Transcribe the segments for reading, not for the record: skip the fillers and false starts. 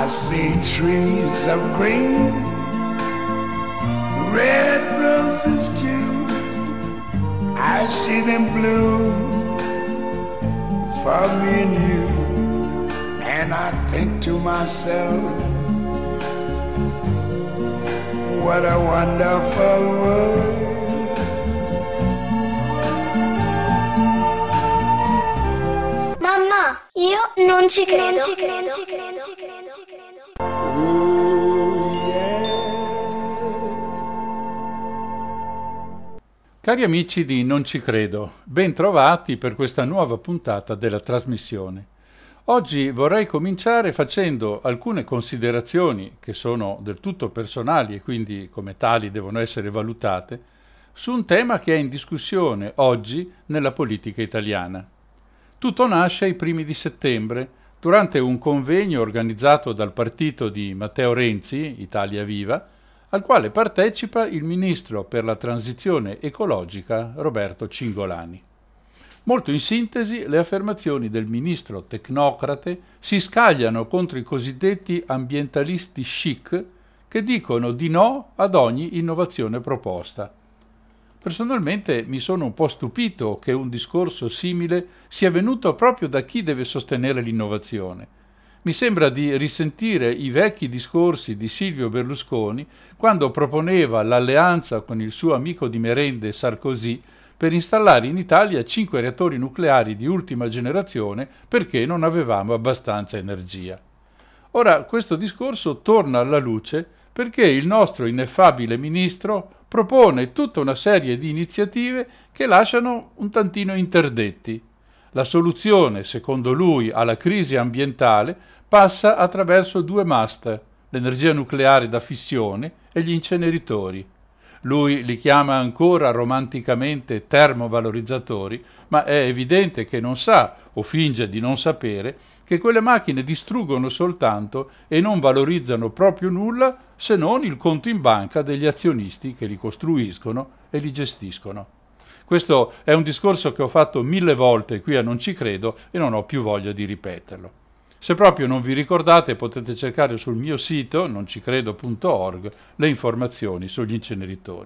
I see trees of green, red roses too. I see them bloom for me and you. And I think to myself, what a wonderful world. Mamma, io non ci credo. Ooh, yeah. Cari amici di Non ci credo, ben trovati per questa nuova puntata della trasmissione. Oggi vorrei cominciare facendo alcune considerazioni che sono del tutto personali e quindi come tali devono essere valutate su un tema che è in discussione oggi nella politica italiana. Tutto nasce ai primi di settembre, durante un convegno organizzato dal partito di Matteo Renzi, Italia Viva, al quale partecipa il ministro per la transizione ecologica Roberto Cingolani. Molto in sintesi, le affermazioni del ministro tecnocrate si scagliano contro i cosiddetti ambientalisti chic che dicono di no ad ogni innovazione proposta. Personalmente mi sono un po' stupito che un discorso simile sia venuto proprio da chi deve sostenere l'innovazione. Mi sembra di risentire i vecchi discorsi di Silvio Berlusconi quando proponeva l'alleanza con il suo amico di merende Sarkozy per installare in Italia 5 reattori nucleari di ultima generazione perché non avevamo abbastanza energia. Ora questo discorso torna alla luce perché il nostro ineffabile ministro propone tutta una serie di iniziative che lasciano un tantino interdetti. La soluzione, secondo lui, alla crisi ambientale passa attraverso 2 must, l'energia nucleare da fissione e gli inceneritori. Lui li chiama ancora romanticamente termovalorizzatori, ma è evidente che non sa, o finge di non sapere, che quelle macchine distruggono soltanto e non valorizzano proprio nulla se non il conto in banca degli azionisti che li costruiscono e li gestiscono. Questo è un discorso che ho fatto 1000 volte qui a Non ci credo e non ho più voglia di ripeterlo. Se proprio non vi ricordate potete cercare sul mio sito noncicredo.org le informazioni sugli inceneritori.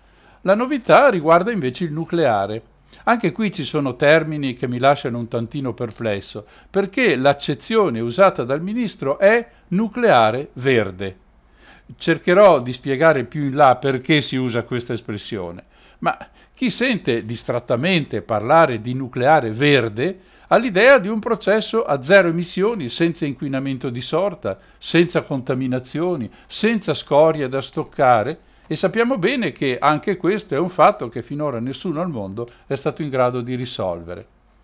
La novità riguarda invece il nucleare. Anche qui ci sono termini che mi lasciano un tantino perplesso, perché l'accezione usata dal ministro è nucleare verde. Cercherò di spiegare più in là perché si usa questa espressione, ma chi sente distrattamente parlare di nucleare verde ha l'idea di un processo a 0 emissioni, senza inquinamento di sorta, senza contaminazioni, senza scorie da stoccare, e sappiamo bene che anche questo è un fatto che finora nessuno al mondo è stato in grado di risolvere.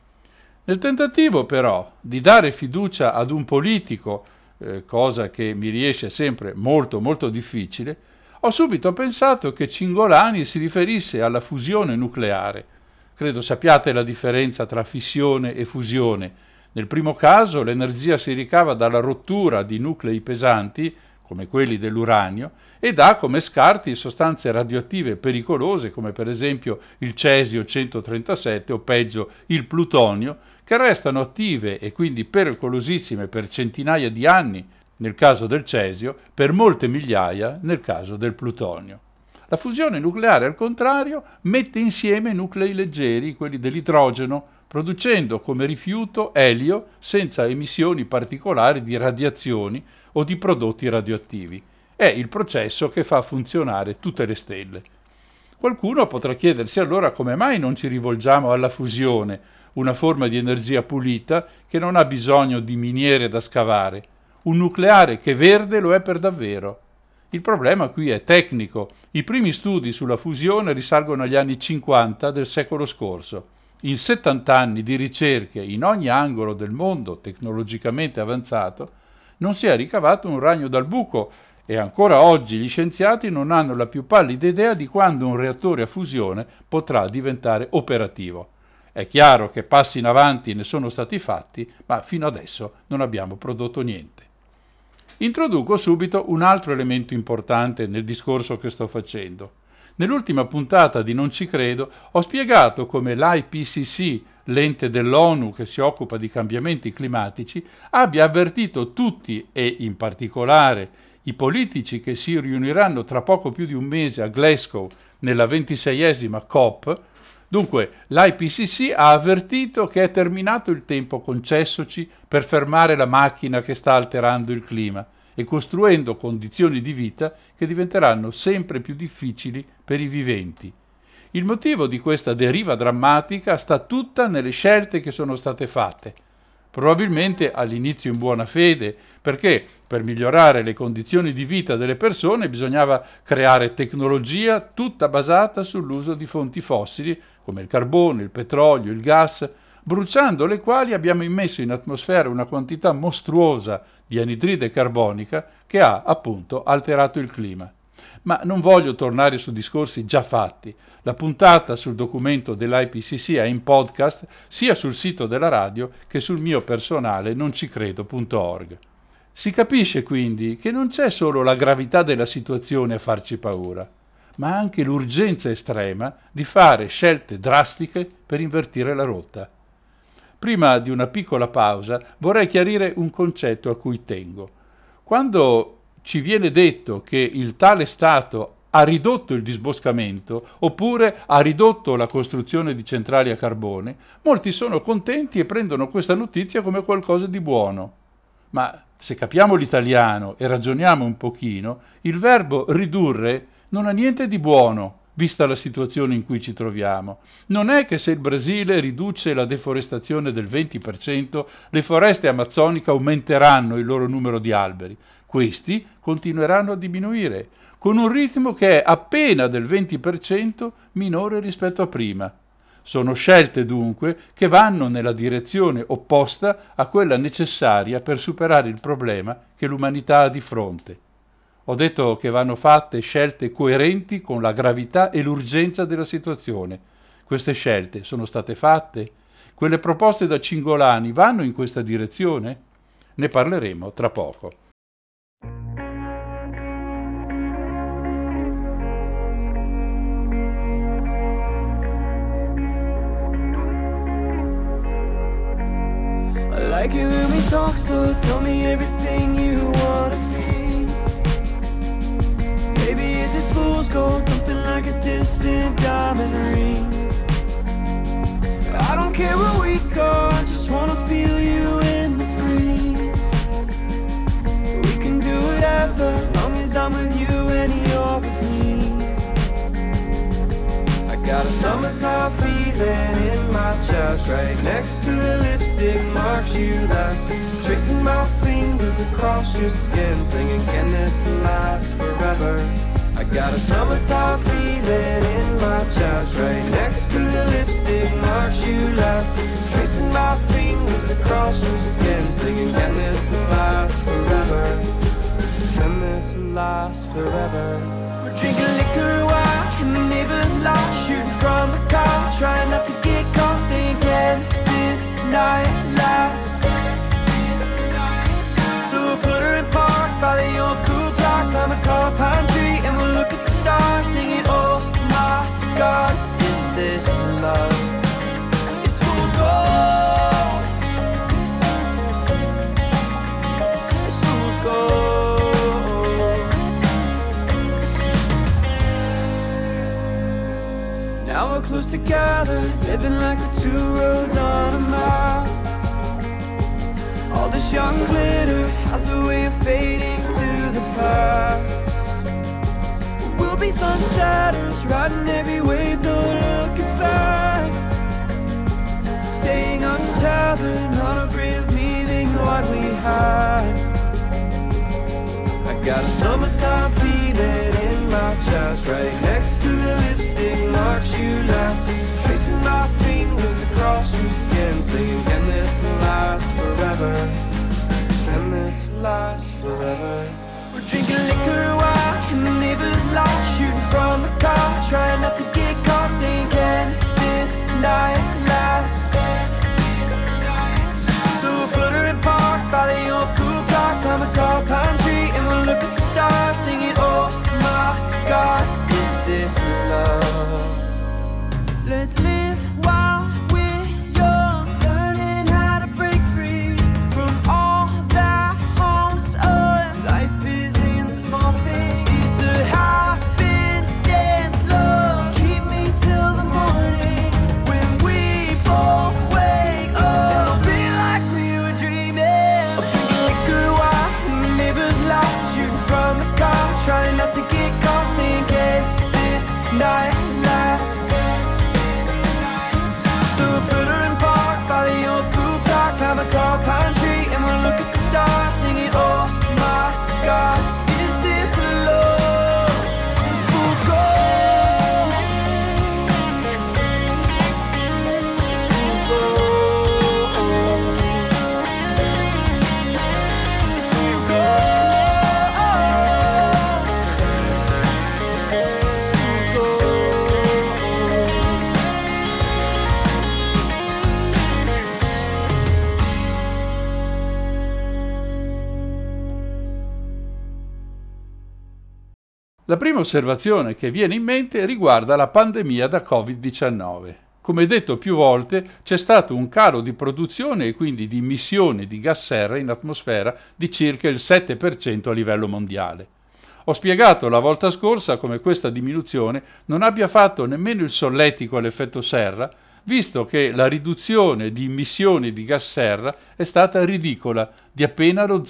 Nel tentativo però di dare fiducia ad un politico, cosa che mi riesce sempre molto molto difficile, ho subito pensato che Cingolani si riferisse alla fusione nucleare. Credo sappiate la differenza tra fissione e fusione. Nel primo caso l'energia si ricava dalla rottura di nuclei pesanti, come quelli dell'uranio, e dà come scarti sostanze radioattive pericolose, come per esempio il cesio 137 o peggio il plutonio, che restano attive e quindi pericolosissime per centinaia di anni, nel caso del cesio, per molte migliaia nel caso del plutonio. La fusione nucleare, al contrario, mette insieme nuclei leggeri, quelli dell'idrogeno, producendo come rifiuto elio senza emissioni particolari di radiazioni o di prodotti radioattivi. È il processo che fa funzionare tutte le stelle. Qualcuno potrà chiedersi allora come mai non ci rivolgiamo alla fusione, una forma di energia pulita che non ha bisogno di miniere da scavare, un nucleare che verde lo è per davvero. Il problema qui è tecnico. I primi studi sulla fusione risalgono agli anni 50 del secolo scorso. In 70 anni di ricerche in ogni angolo del mondo tecnologicamente avanzato non si è ricavato un ragno dal buco e ancora oggi gli scienziati non hanno la più pallida idea di quando un reattore a fusione potrà diventare operativo. È chiaro che passi in avanti ne sono stati fatti, ma fino adesso non abbiamo prodotto niente. Introduco subito un altro elemento importante nel discorso che sto facendo. Nell'ultima puntata di Non ci credo ho spiegato come l'IPCC, l'ente dell'ONU che si occupa di cambiamenti climatici, abbia avvertito tutti e in particolare i politici che si riuniranno tra poco più di un mese a Glasgow nella 26esima COP. Dunque, l'IPCC ha avvertito che è terminato il tempo concessoci per fermare la macchina che sta alterando il clima e costruendo condizioni di vita che diventeranno sempre più difficili per i viventi. Il motivo di questa deriva drammatica sta tutta nelle scelte che sono state fatte. Probabilmente all'inizio in buona fede, perché per migliorare le condizioni di vita delle persone bisognava creare tecnologia tutta basata sull'uso di fonti fossili come il carbone, il petrolio, il gas, bruciando le quali abbiamo immesso in atmosfera una quantità mostruosa di anidride carbonica che ha appunto alterato il clima. Ma non voglio tornare su discorsi già fatti. La puntata sul documento dell'IPCC è in podcast sia sul sito della radio che sul mio personale noncicredo.org. Si capisce quindi che non c'è solo la gravità della situazione a farci paura, ma anche l'urgenza estrema di fare scelte drastiche per invertire la rotta. Prima di una piccola pausa vorrei chiarire un concetto a cui tengo. Quando ci viene detto che il tale Stato ha ridotto il disboscamento oppure ha ridotto la costruzione di centrali a carbone, molti sono contenti e prendono questa notizia come qualcosa di buono. Ma se capiamo l'italiano e ragioniamo un pochino, il verbo ridurre non ha niente di buono, vista la situazione in cui ci troviamo. Non è che se il Brasile riduce la deforestazione del 20%, le foreste amazzoniche aumenteranno il loro numero di alberi. Questi continueranno a diminuire, con un ritmo che è appena del 20% minore rispetto a prima. Sono scelte dunque che vanno nella direzione opposta a quella necessaria per superare il problema che l'umanità ha di fronte. Ho detto che vanno fatte scelte coerenti con la gravità e l'urgenza della situazione. Queste scelte sono state fatte? Quelle proposte da Cingolani vanno in questa direzione? Ne parleremo tra poco. I like it when we talk slow, tell me everything you wanna be. Baby, is it fool's gold, something like a distant diamond ring? I don't care where we go, I just wanna feel you in the breeze. We can do whatever, long as I'm with you and you're with me. I got a summertime feeling in my chest, right next to the lipstick marks you left, tracing my fingers across your skin, singing, can this last forever? I got a summertime feeling in my chest, right next to the lipstick marks you left, tracing my fingers across your skin, singing, can this last forever? Can this last forever? We're drinking liquor while in the neighbor's lot, shooting from the car, trying not to get caught, saying, can this night last? So we'll put her in park by the old cool clock, climb a tall pine tree, and we'll look at the stars, singing, oh my God, is this love? It's fool's gold. It's fool's gold. Now we're close together, living like the two roads on a mile. All this young glitter has a way of fading to the past. We'll be sunsetters, riding every wave, no looking back. Staying untethered, not afraid of leaving what we had. I got a summertime feeling in my chest, right next to the lipstick marks you left, tracing my fingers across your skin, singing, can this last forever? Can this last forever? We're drinking liquor while in the neighbor's lot, shooting from the car, trying not to get caught, saying, can this night last? So we'll put her in park by the old cool clock, climb a tall pine tree, and we'll look at the stars, singing, oh my God, is this love? Let's live while we're young. night lasts. So we'll put her in park by the old pool park, climb a tall pine tree, and we'll look at the stars, singing, oh my God, is this love? This fool's gold. This fool's gold. This fool's La prima osservazione che viene in mente riguarda la pandemia da Covid-19. Come detto più volte, c'è stato un calo di produzione e quindi di emissioni di gas serra in atmosfera di circa il 7% a livello mondiale. Ho spiegato la volta scorsa come questa diminuzione non abbia fatto nemmeno il solletico all'effetto serra, visto che la riduzione di emissioni di gas serra è stata ridicola, di appena lo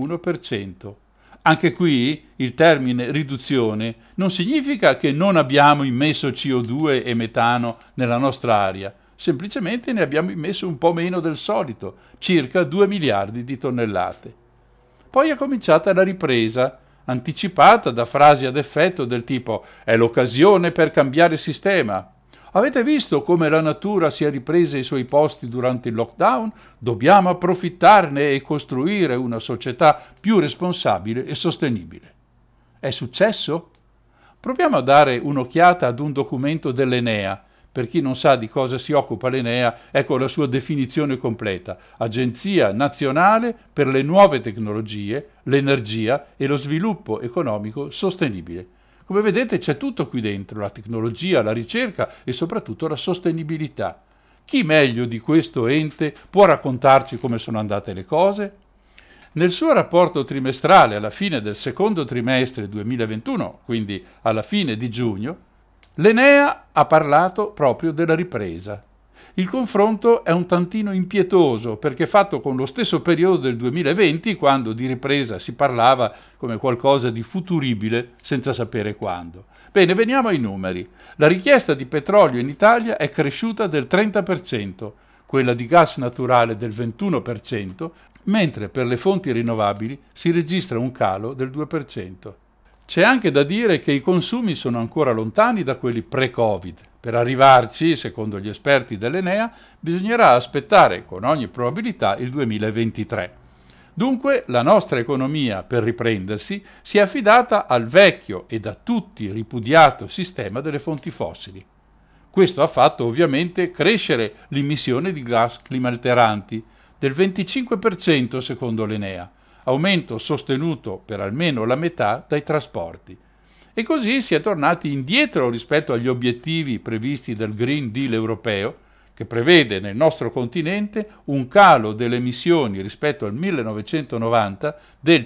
0,1%. Anche qui il termine riduzione non significa che non abbiamo immesso CO2 e metano nella nostra aria, semplicemente ne abbiamo immesso un po' meno del solito, circa 2 miliardi di tonnellate. Poi è cominciata la ripresa, anticipata da frasi ad effetto del tipo «è l'occasione per cambiare sistema». Avete visto come la natura si è ripresa ai suoi posti durante il lockdown? Dobbiamo approfittarne e costruire una società più responsabile e sostenibile. È successo? Proviamo a dare un'occhiata ad un documento dell'Enea. Per chi non sa di cosa si occupa l'Enea, ecco la sua definizione completa: Agenzia Nazionale per le Nuove Tecnologie, l'Energia e lo Sviluppo Economico Sostenibile. Come vedete c'è tutto qui dentro, la tecnologia, la ricerca e soprattutto la sostenibilità. Chi meglio di questo ente può raccontarci come sono andate le cose? Nel suo rapporto trimestrale alla fine del secondo trimestre 2021, quindi alla fine di giugno, l'Enea ha parlato proprio della ripresa. Il confronto è un tantino impietoso perché fatto con lo stesso periodo del 2020, quando di ripresa si parlava come qualcosa di futuribile senza sapere quando. Bene, veniamo ai numeri. La richiesta di petrolio in Italia è cresciuta del 30%, quella di gas naturale del 21%, mentre per le fonti rinnovabili si registra un calo del 2%. C'è anche da dire che i consumi sono ancora lontani da quelli pre-Covid. Per arrivarci, secondo gli esperti dell'Enea, bisognerà aspettare con ogni probabilità il 2023. Dunque la nostra economia, per riprendersi, si è affidata al vecchio e da tutti ripudiato sistema delle fonti fossili. Questo ha fatto ovviamente crescere l'emissione di gas climalteranti del 25% secondo l'Enea, aumento sostenuto per almeno la metà dai trasporti. E così si è tornati indietro rispetto agli obiettivi previsti dal Green Deal europeo, che prevede nel nostro continente un calo delle emissioni rispetto al 1990 del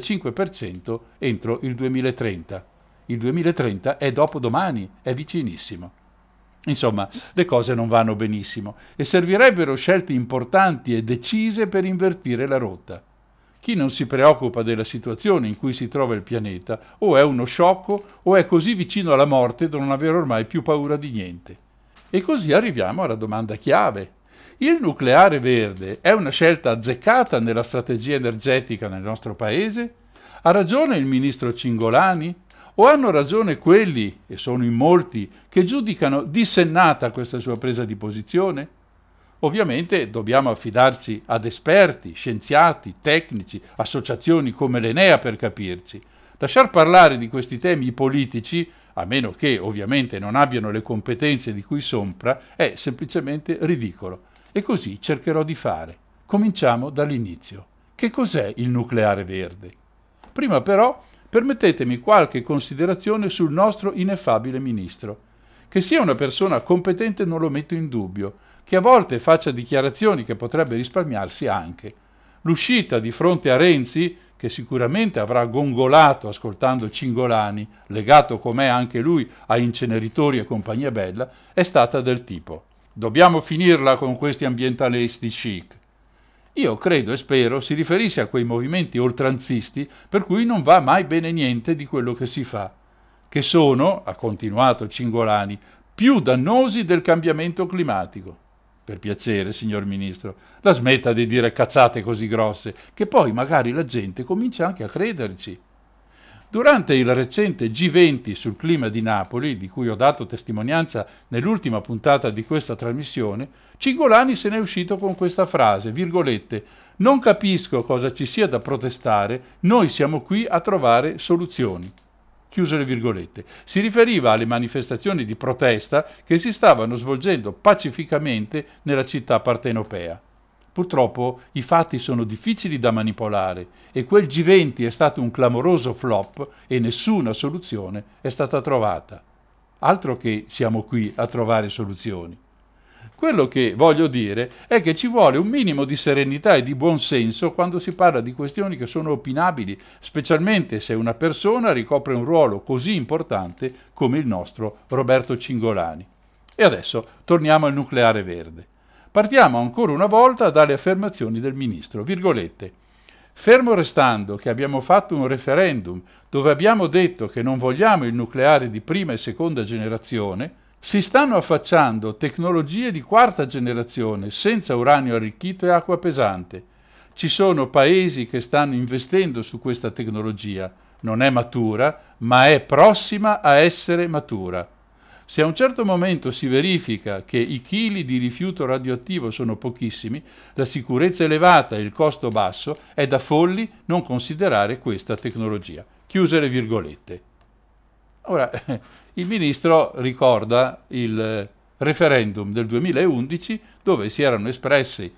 55% entro il 2030. Il 2030 è dopodomani, è vicinissimo. Insomma, le cose non vanno benissimo e servirebbero scelte importanti e decise per invertire la rotta. Chi non si preoccupa della situazione in cui si trova il pianeta o è uno sciocco o è così vicino alla morte da non avere ormai più paura di niente. E così arriviamo alla domanda chiave. Il nucleare verde è una scelta azzeccata nella strategia energetica nel nostro paese? Ha ragione il ministro Cingolani? O hanno ragione quelli, e sono in molti, che giudicano dissennata questa sua presa di posizione? Ovviamente dobbiamo affidarci ad esperti, scienziati, tecnici, associazioni come l'Enea per capirci. Lasciar parlare di questi temi i politici, a meno che ovviamente non abbiano le competenze di cui sopra, è semplicemente ridicolo. E così cercherò di fare. Cominciamo dall'inizio. Che cos'è il nucleare verde? Prima però permettetemi qualche considerazione sul nostro ineffabile ministro. Che sia una persona competente non lo metto in dubbio, che a volte faccia dichiarazioni che potrebbe risparmiarsi anche. L'uscita di fronte a Renzi, che sicuramente avrà gongolato ascoltando Cingolani, legato com'è anche lui a inceneritori e compagnia bella, è stata del tipo: dobbiamo finirla con questi ambientalisti chic. Io credo e spero si riferisse a quei movimenti oltranzisti per cui non va mai bene niente di quello che si fa. che sono, ha continuato Cingolani, più dannosi del cambiamento climatico. Per piacere, signor Ministro, la smetta di dire cazzate così grosse, che poi magari la gente comincia anche a crederci. Durante il recente G20 sul clima di Napoli, di cui ho dato testimonianza nell'ultima puntata di questa trasmissione, Cingolani se n'è uscito con questa frase, virgolette, «Non capisco cosa ci sia da protestare, noi siamo qui a trovare soluzioni». Chiuse le virgolette. Si riferiva alle manifestazioni di protesta che si stavano svolgendo pacificamente nella città partenopea. Purtroppo i fatti sono difficili da manipolare e quel G20 è stato un clamoroso flop e nessuna soluzione è stata trovata. Altro che siamo qui a trovare soluzioni. Quello che voglio dire è che ci vuole un minimo di serenità e di buon senso quando si parla di questioni che sono opinabili, specialmente se una persona ricopre un ruolo così importante come il nostro Roberto Cingolani. E adesso torniamo al nucleare verde. Partiamo ancora una volta dalle affermazioni del ministro, virgolette. Fermo restando che abbiamo fatto un referendum dove abbiamo detto che non vogliamo il nucleare di prima e seconda generazione, si stanno affacciando tecnologie di quarta generazione senza uranio arricchito e acqua pesante. Ci sono paesi che stanno investendo su questa tecnologia. Non è matura, ma è prossima a essere matura. Se a un certo momento si verifica che i chili di rifiuto radioattivo sono pochissimi, la sicurezza elevata e il costo basso, è da folli non considerare questa tecnologia. Chiuse le virgolette. Ora, il ministro ricorda il referendum del 2011 dove si erano espressi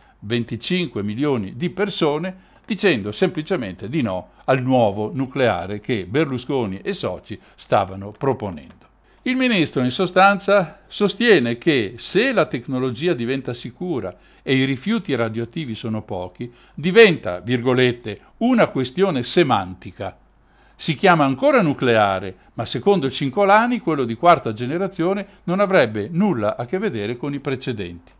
25 milioni di persone dicendo semplicemente di no al nuovo nucleare che Berlusconi e soci stavano proponendo. Il ministro in sostanza sostiene che se la tecnologia diventa sicura e i rifiuti radioattivi sono pochi, diventa, virgolette, una questione semantica. Si chiama ancora nucleare, ma secondo Cingolani quello di quarta generazione non avrebbe nulla a che vedere con i precedenti.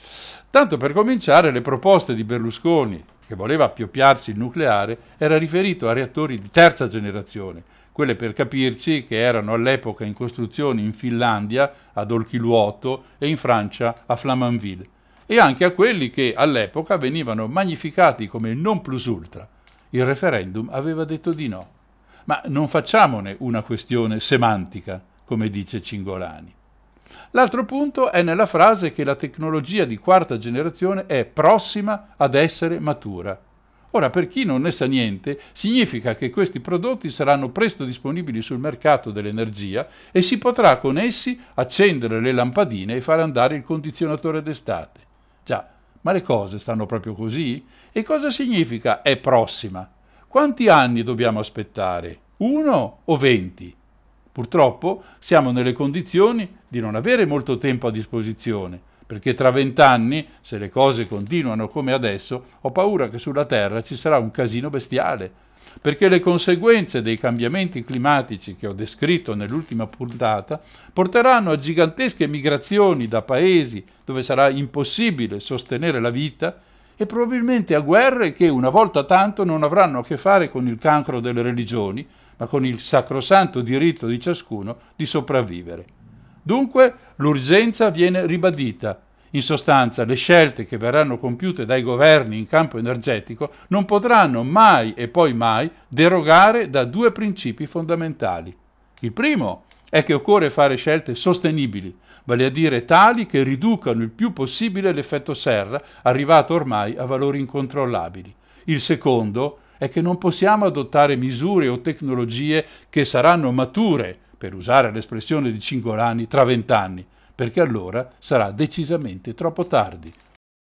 Tanto per cominciare, le proposte di Berlusconi, che voleva appioppiarsi il nucleare, era riferito a reattori di terza generazione, quelle per capirci che erano all'epoca in costruzione in Finlandia, ad Olkiluoto, e in Francia, a Flamanville, e anche a quelli che all'epoca venivano magnificati come il non plus ultra. Il referendum aveva detto di no. Ma non facciamone una questione semantica, come dice Cingolani. L'altro punto è nella frase che la tecnologia di quarta generazione è prossima ad essere matura. Ora, per chi non ne sa niente, significa che questi prodotti saranno presto disponibili sul mercato dell'energia e si potrà con essi accendere le lampadine e far andare il condizionatore d'estate. Già, ma le cose stanno proprio così? E cosa significa è prossima? Quanti anni dobbiamo aspettare? 1 o 20? Purtroppo siamo nelle condizioni di non avere molto tempo a disposizione, perché tra 20 anni, se le cose continuano come adesso, ho paura che sulla Terra ci sarà un casino bestiale, perché le conseguenze dei cambiamenti climatici che ho descritto nell'ultima puntata porteranno a gigantesche migrazioni da paesi dove sarà impossibile sostenere la vita e probabilmente a guerre che una volta tanto non avranno a che fare con il cancro delle religioni, ma con il sacrosanto diritto di ciascuno di sopravvivere. Dunque l'urgenza viene ribadita. In sostanza, le scelte che verranno compiute dai governi in campo energetico non potranno mai e poi mai derogare da 2 principi fondamentali. Il primo è che occorre fare scelte sostenibili, vale a dire tali che riducano il più possibile l'effetto serra, arrivato ormai a valori incontrollabili. Il secondo è che non possiamo adottare misure o tecnologie che saranno mature, per usare l'espressione di Cingolani, tra 20 anni, perché allora sarà decisamente troppo tardi.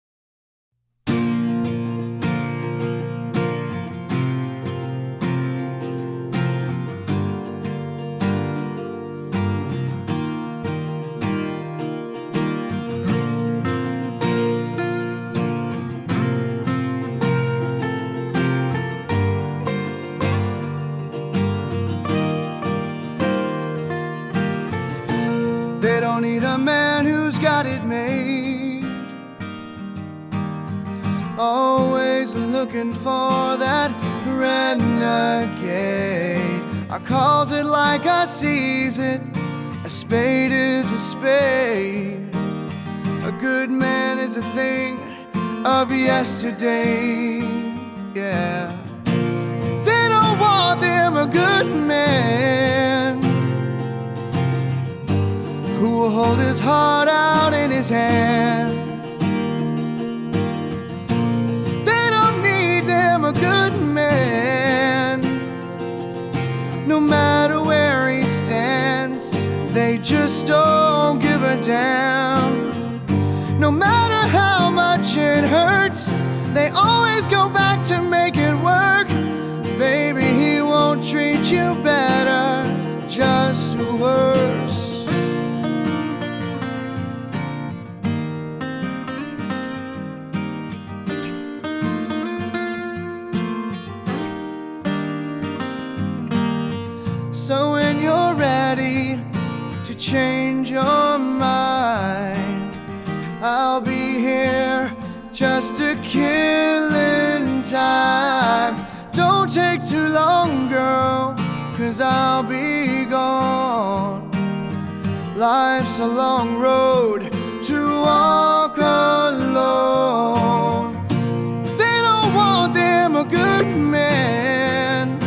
They don't need a man who's got it made, always looking for that renegade. calls it like I sees it. A spade is a spade. A good man is a thing of yesterday. Yeah. They don't want them a good man who will hold his heart out in his hand. They don't need them a good man. No matter where he stands, they just don't give a damn. No matter how much it hurts, they always go back to make it work. Baby, he won't treat you better, just worse. So when you're ready to change your mind, I'll be here just a killing time. Don't take too long, girl, 'cause I'll be gone. Life's a long road to walk alone. They don't want them a good man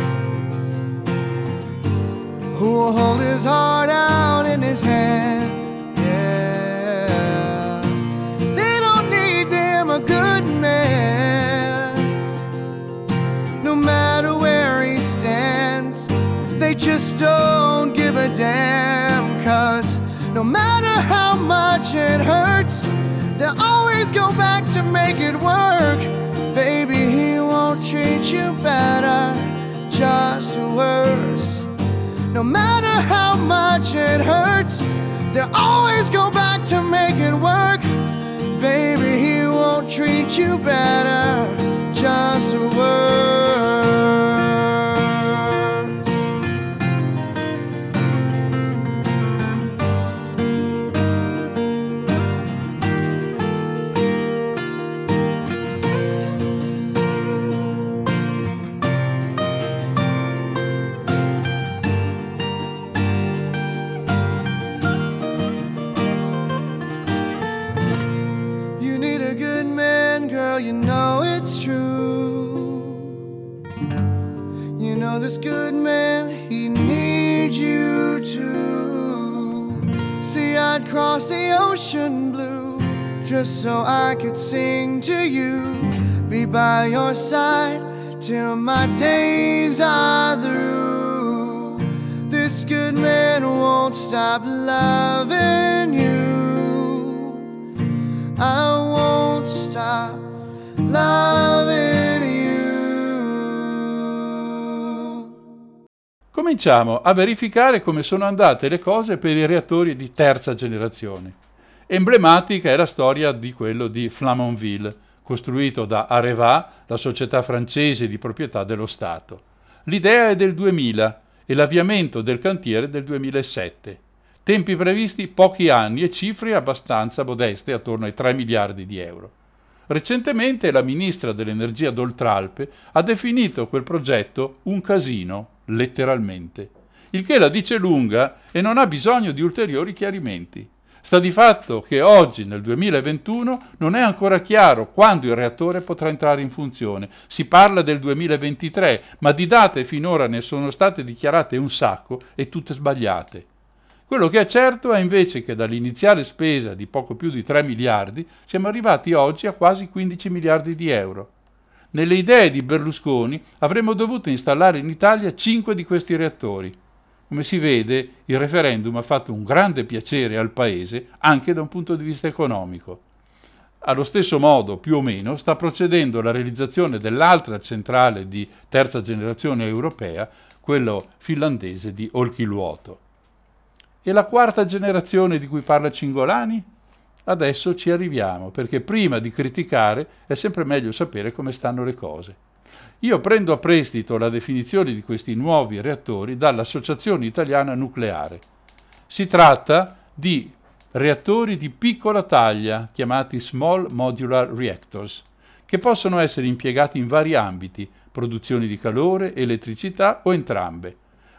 who will hold his heart out in his hand. Yeah. They don't need them a good man. No matter where he stands, they just don't give a damn. 'Cause no matter how much it hurts, they'll always go back to make it work. Baby, he won't treat you better, just worse. No matter how much it hurts, they'll always go back to make it work. Baby, he won't treat you better, just worse. You know it's true. You know this good man, he needs you too. See, I'd cross the ocean blue just so I could sing to you, be by your side till my days are through. This good man won't stop loving you. I won't stop loving you. Cominciamo a verificare come sono andate le cose per i reattori di terza generazione. Emblematica è la storia di quello di Flamanville, costruito da Areva, la società francese di proprietà dello Stato. L'idea è del 2000 e l'avviamento del cantiere del 2007. Tempi previsti pochi anni e cifre abbastanza modeste, attorno ai 3 miliardi di euro. Recentemente la ministra dell'Energia d'Oltralpe ha definito quel progetto un casino, letteralmente, il che la dice lunga e non ha bisogno di ulteriori chiarimenti. Sta di fatto che oggi, nel 2021, non è ancora chiaro quando il reattore potrà entrare in funzione. Si parla del 2023, ma di date finora ne sono state dichiarate un sacco e tutte sbagliate. Quello che è certo è invece che dall'iniziale spesa di poco più di 3 miliardi siamo arrivati oggi a quasi 15 miliardi di euro. Nelle idee di Berlusconi avremmo dovuto installare in Italia 5 di questi reattori. Come si vede, il referendum ha fatto un grande piacere al Paese anche da un punto di vista economico. Allo stesso modo, più o meno, sta procedendo la realizzazione dell'altra centrale di terza generazione europea, quello finlandese di Olkiluoto. E la quarta generazione di cui parla Cingolani? Adesso ci arriviamo, perché prima di criticare è sempre meglio sapere come stanno le cose. Io prendo a prestito la definizione di questi nuovi reattori dall'Associazione Italiana Nucleare. Si tratta di reattori di piccola taglia, chiamati Small Modular Reactors, che possono essere impiegati in vari ambiti, produzione di calore, elettricità o entrambe.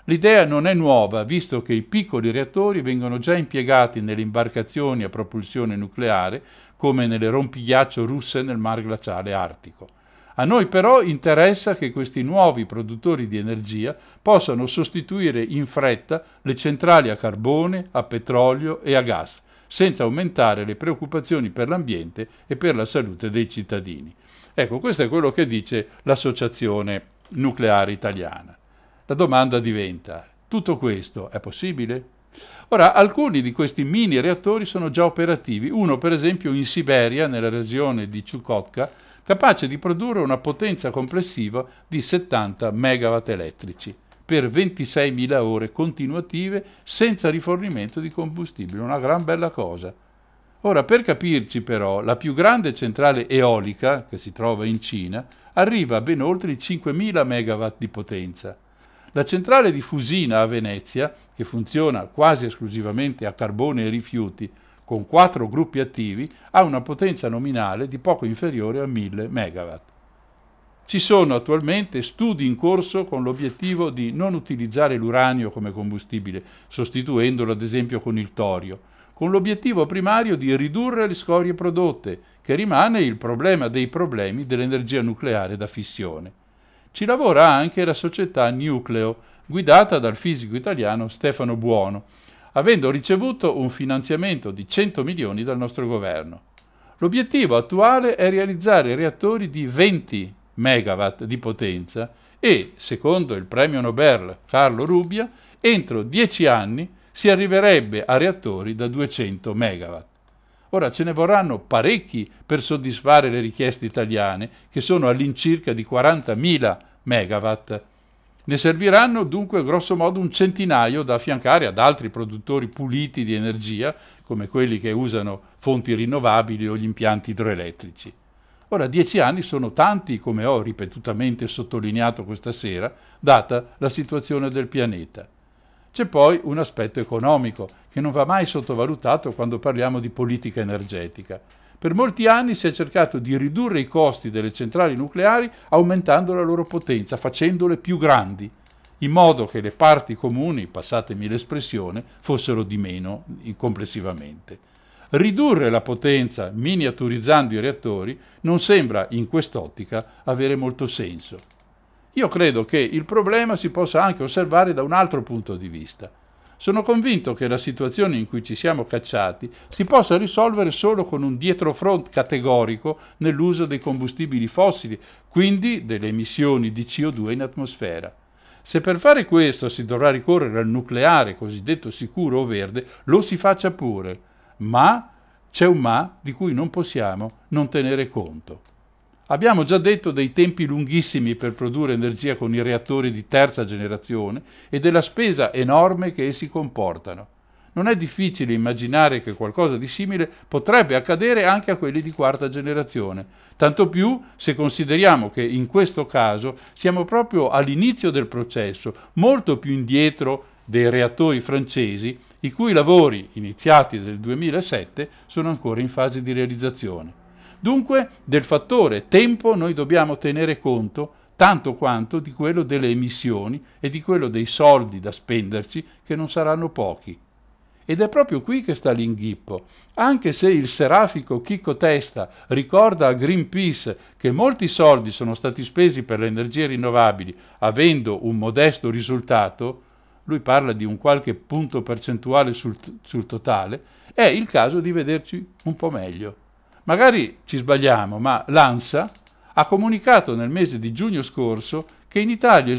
L'idea non è nuova, visto che i piccoli reattori vengono già impiegati nelle imbarcazioni a propulsione nucleare, come nelle rompighiaccio russe nel mar glaciale artico. A noi però interessa che questi nuovi produttori di energia possano sostituire in fretta le centrali a carbone, a petrolio e a gas, senza aumentare le preoccupazioni per l'ambiente e per la salute dei cittadini. Ecco, questo è quello che dice l'Associazione Nucleare Italiana. La domanda diventa: tutto questo è possibile? Ora, alcuni di questi mini reattori sono già operativi, uno per esempio in Siberia, nella regione di Chukotka, capace di produrre una potenza complessiva di 70 megawatt elettrici per 26.000 ore continuative senza rifornimento di combustibile, una gran bella cosa. Ora, per capirci però, la più grande centrale eolica, che si trova in Cina, arriva a ben oltre i 5.000 megawatt di potenza. La centrale di Fusina a Venezia, che funziona quasi esclusivamente a carbone e rifiuti, con 4 gruppi attivi, ha una potenza nominale di poco inferiore a 1.000 megawatt. Ci sono attualmente studi in corso con l'obiettivo di non utilizzare l'uranio come combustibile, sostituendolo ad esempio con il torio, con l'obiettivo primario di ridurre le scorie prodotte, che rimane il problema dei problemi dell'energia nucleare da fissione. Ci lavora anche la società Nucleo, guidata dal fisico italiano Stefano Buono, avendo ricevuto un finanziamento di 100 milioni dal nostro governo. L'obiettivo attuale è realizzare reattori di 20 megawatt di potenza e, secondo il premio Nobel Carlo Rubbia, entro 10 anni si arriverebbe a reattori da 200 megawatt. Ora ce ne vorranno parecchi per soddisfare le richieste italiane, che sono all'incirca di 40.000 megawatt. Ne serviranno dunque grosso modo un centinaio da affiancare ad altri produttori puliti di energia, come quelli che usano fonti rinnovabili o gli impianti idroelettrici. Ora, 10 anni sono tanti, come ho ripetutamente sottolineato questa sera, data la situazione del pianeta. C'è poi un aspetto economico, che non va mai sottovalutato quando parliamo di politica energetica. Per molti anni si è cercato di ridurre i costi delle centrali nucleari aumentando la loro potenza, facendole più grandi, in modo che le parti comuni, passatemi l'espressione, fossero di meno complessivamente. Ridurre la potenza miniaturizzando i reattori non sembra in quest'ottica avere molto senso. Io credo che il problema si possa anche osservare da un altro punto di vista. Sono convinto che la situazione in cui ci siamo cacciati si possa risolvere solo con un dietrofront categorico nell'uso dei combustibili fossili, quindi delle emissioni di CO2 in atmosfera. Se per fare questo si dovrà ricorrere al nucleare cosiddetto sicuro o verde, lo si faccia pure, ma c'è un ma di cui non possiamo non tenere conto. Abbiamo già detto dei tempi lunghissimi per produrre energia con i reattori di terza generazione e della spesa enorme che essi comportano. Non è difficile immaginare che qualcosa di simile potrebbe accadere anche a quelli di quarta generazione, tanto più se consideriamo che in questo caso siamo proprio all'inizio del processo, molto più indietro dei reattori francesi, i cui lavori, iniziati nel 2007, sono ancora in fase di realizzazione. Dunque, del fattore tempo noi dobbiamo tenere conto tanto quanto di quello delle emissioni e di quello dei soldi da spenderci, che non saranno pochi. Ed è proprio qui che sta l'inghippo. Anche se il serafico Chicco Testa ricorda a Greenpeace che molti soldi sono stati spesi per le energie rinnovabili, avendo un modesto risultato, lui parla di un qualche punto percentuale sul totale, è il caso di vederci un po' meglio. Magari ci sbagliamo, ma l'ANSA ha comunicato nel mese di giugno scorso che in Italia il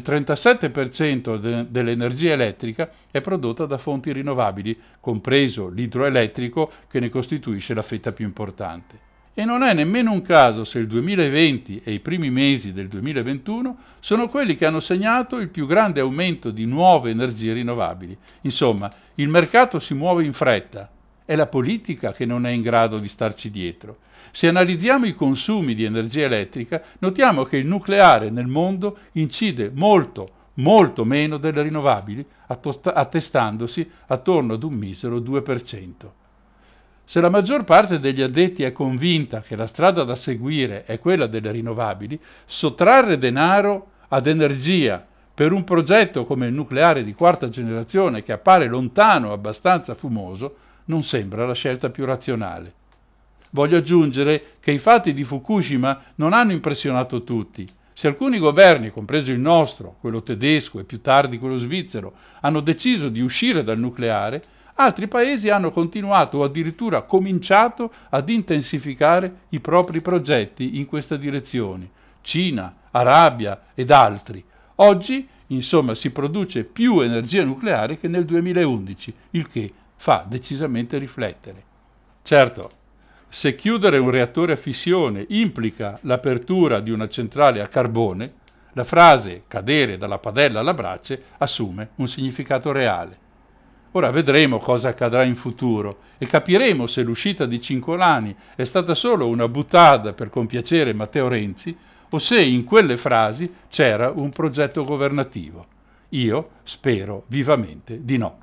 37% dell'energia elettrica è prodotta da fonti rinnovabili, compreso l'idroelettrico che ne costituisce la fetta più importante. E non è nemmeno un caso se il 2020 e i primi mesi del 2021 sono quelli che hanno segnato il più grande aumento di nuove energie rinnovabili. Insomma, il mercato si muove in fretta. È la politica che non è in grado di starci dietro. Se analizziamo i consumi di energia elettrica, notiamo che il nucleare nel mondo incide molto, molto meno delle rinnovabili, attestandosi attorno ad un misero 2%. Se la maggior parte degli addetti è convinta che la strada da seguire è quella delle rinnovabili, sottrarre denaro ad energia Per un progetto come il nucleare di quarta generazione, che appare lontano e abbastanza fumoso, non sembra la scelta più razionale. Voglio aggiungere che i fatti di Fukushima non hanno impressionato tutti. Se alcuni governi, compreso il nostro, quello tedesco e più tardi quello svizzero, hanno deciso di uscire dal nucleare, altri paesi hanno continuato o addirittura cominciato ad intensificare i propri progetti in questa direzione. Cina, Arabia ed altri. Oggi, insomma, si produce più energia nucleare che nel 2011, il che fa decisamente riflettere. Certo, se chiudere un reattore a fissione implica l'apertura di una centrale a carbone, la frase cadere dalla padella alla brace assume un significato reale. Ora vedremo cosa accadrà in futuro e capiremo se l'uscita di Cincolani è stata solo una boutade per compiacere Matteo Renzi o se in quelle frasi c'era un progetto governativo. Io spero vivamente di no.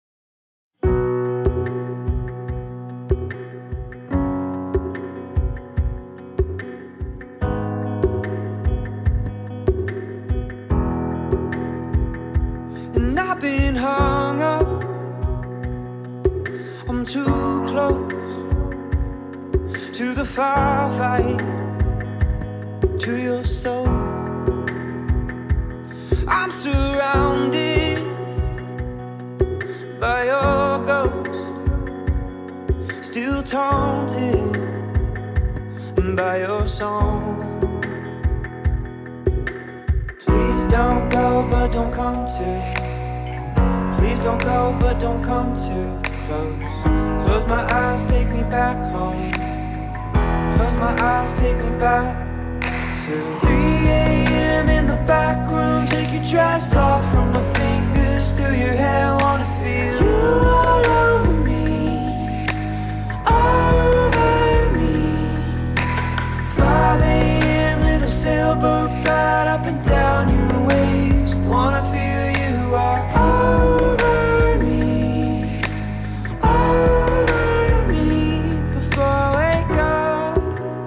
And I've been hung up, I'm too close to the firefight, to your soul. I'm surrounded by your ghost, still taunted by your song. Please don't go, but don't come too. Please don't go, but don't come too close. Close my eyes, take me back home. Close my eyes, take me back to 3 a.m. in the back room. Take your dress off from my fingers through your hair. Wanna feel you all over me, over me. 5 a.m. little sailboat ride up and down your waves. Wanna feel you are over me, over me. Before I wake up,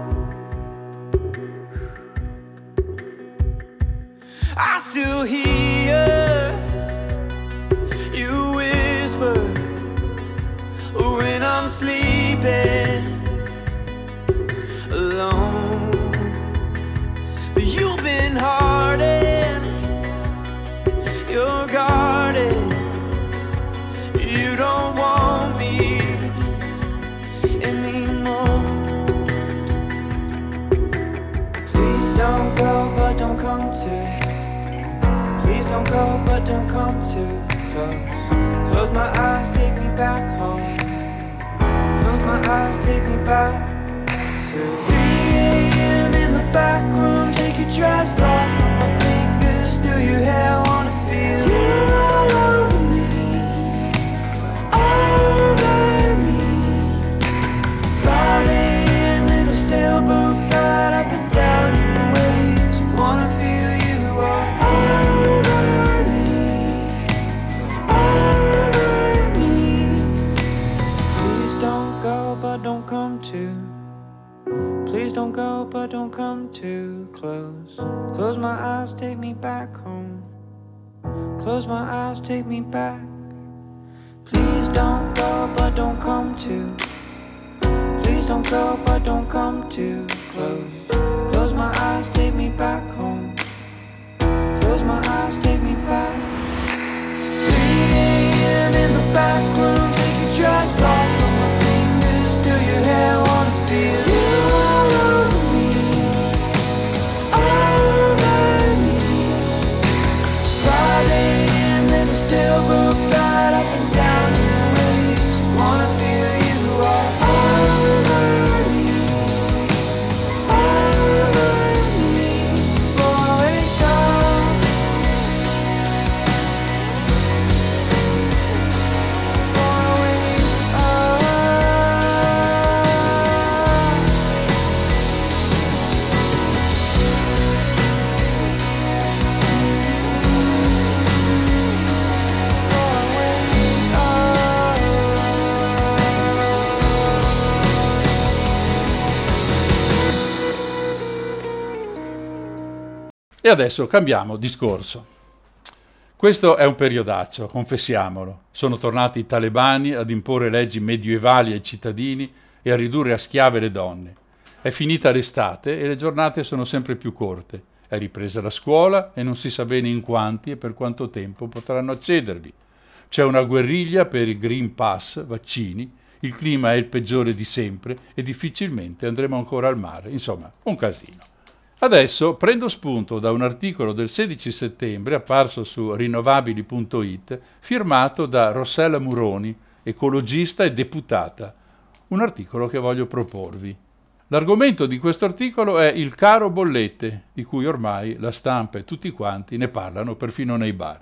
I still hear you whisper when I'm sleeping alone. But you've been hardened, you're guarded. You don't want me anymore. Please don't go, but don't come too. Please don't go, but don't come too close. Close my eyes, take me back home. Close my eyes, take me back to 3 a.m. in the back room. Take your dress off from my fingers through your hair. Wanna feel you all over me, over me. 5 a.m. little sailboat ride up and down your waves. Wanna feel you all over me, over me. Please don't go, but don't come too. Please don't go, but don't come too close. Close my eyes, take me back home. Close my eyes, take me back. Please don't go, but don't come too. Please don't go, but don't come too close. Close my eyes, take me back home. Close my eyes, take me back. 3 a.m. in the back room. Take your dress off from my fingers through your hair. Wanna feel you all over me, over me. 5 a.m. little sailboat ride up and down your waves. Wanna feel you all over me, over me. Before I wake up, before I wake up. E adesso cambiamo discorso. Questo è un periodaccio, confessiamolo. Sono tornati i talebani ad imporre leggi medievali ai cittadini e a ridurre a schiave le donne. È finita l'estate e le giornate sono sempre più corte. È ripresa la scuola e non si sa bene in quanti e per quanto tempo potranno accedervi. C'è una guerriglia per il Green Pass, vaccini, il clima è il peggiore di sempre e difficilmente andremo ancora al mare. Insomma, un casino. Adesso prendo spunto da un articolo del 16 settembre apparso su rinnovabili.it firmato da Rossella Muroni, ecologista e deputata. Un articolo che voglio proporvi. L'argomento di questo articolo è il caro bollette, di cui ormai la stampa e tutti quanti ne parlano perfino nei bar.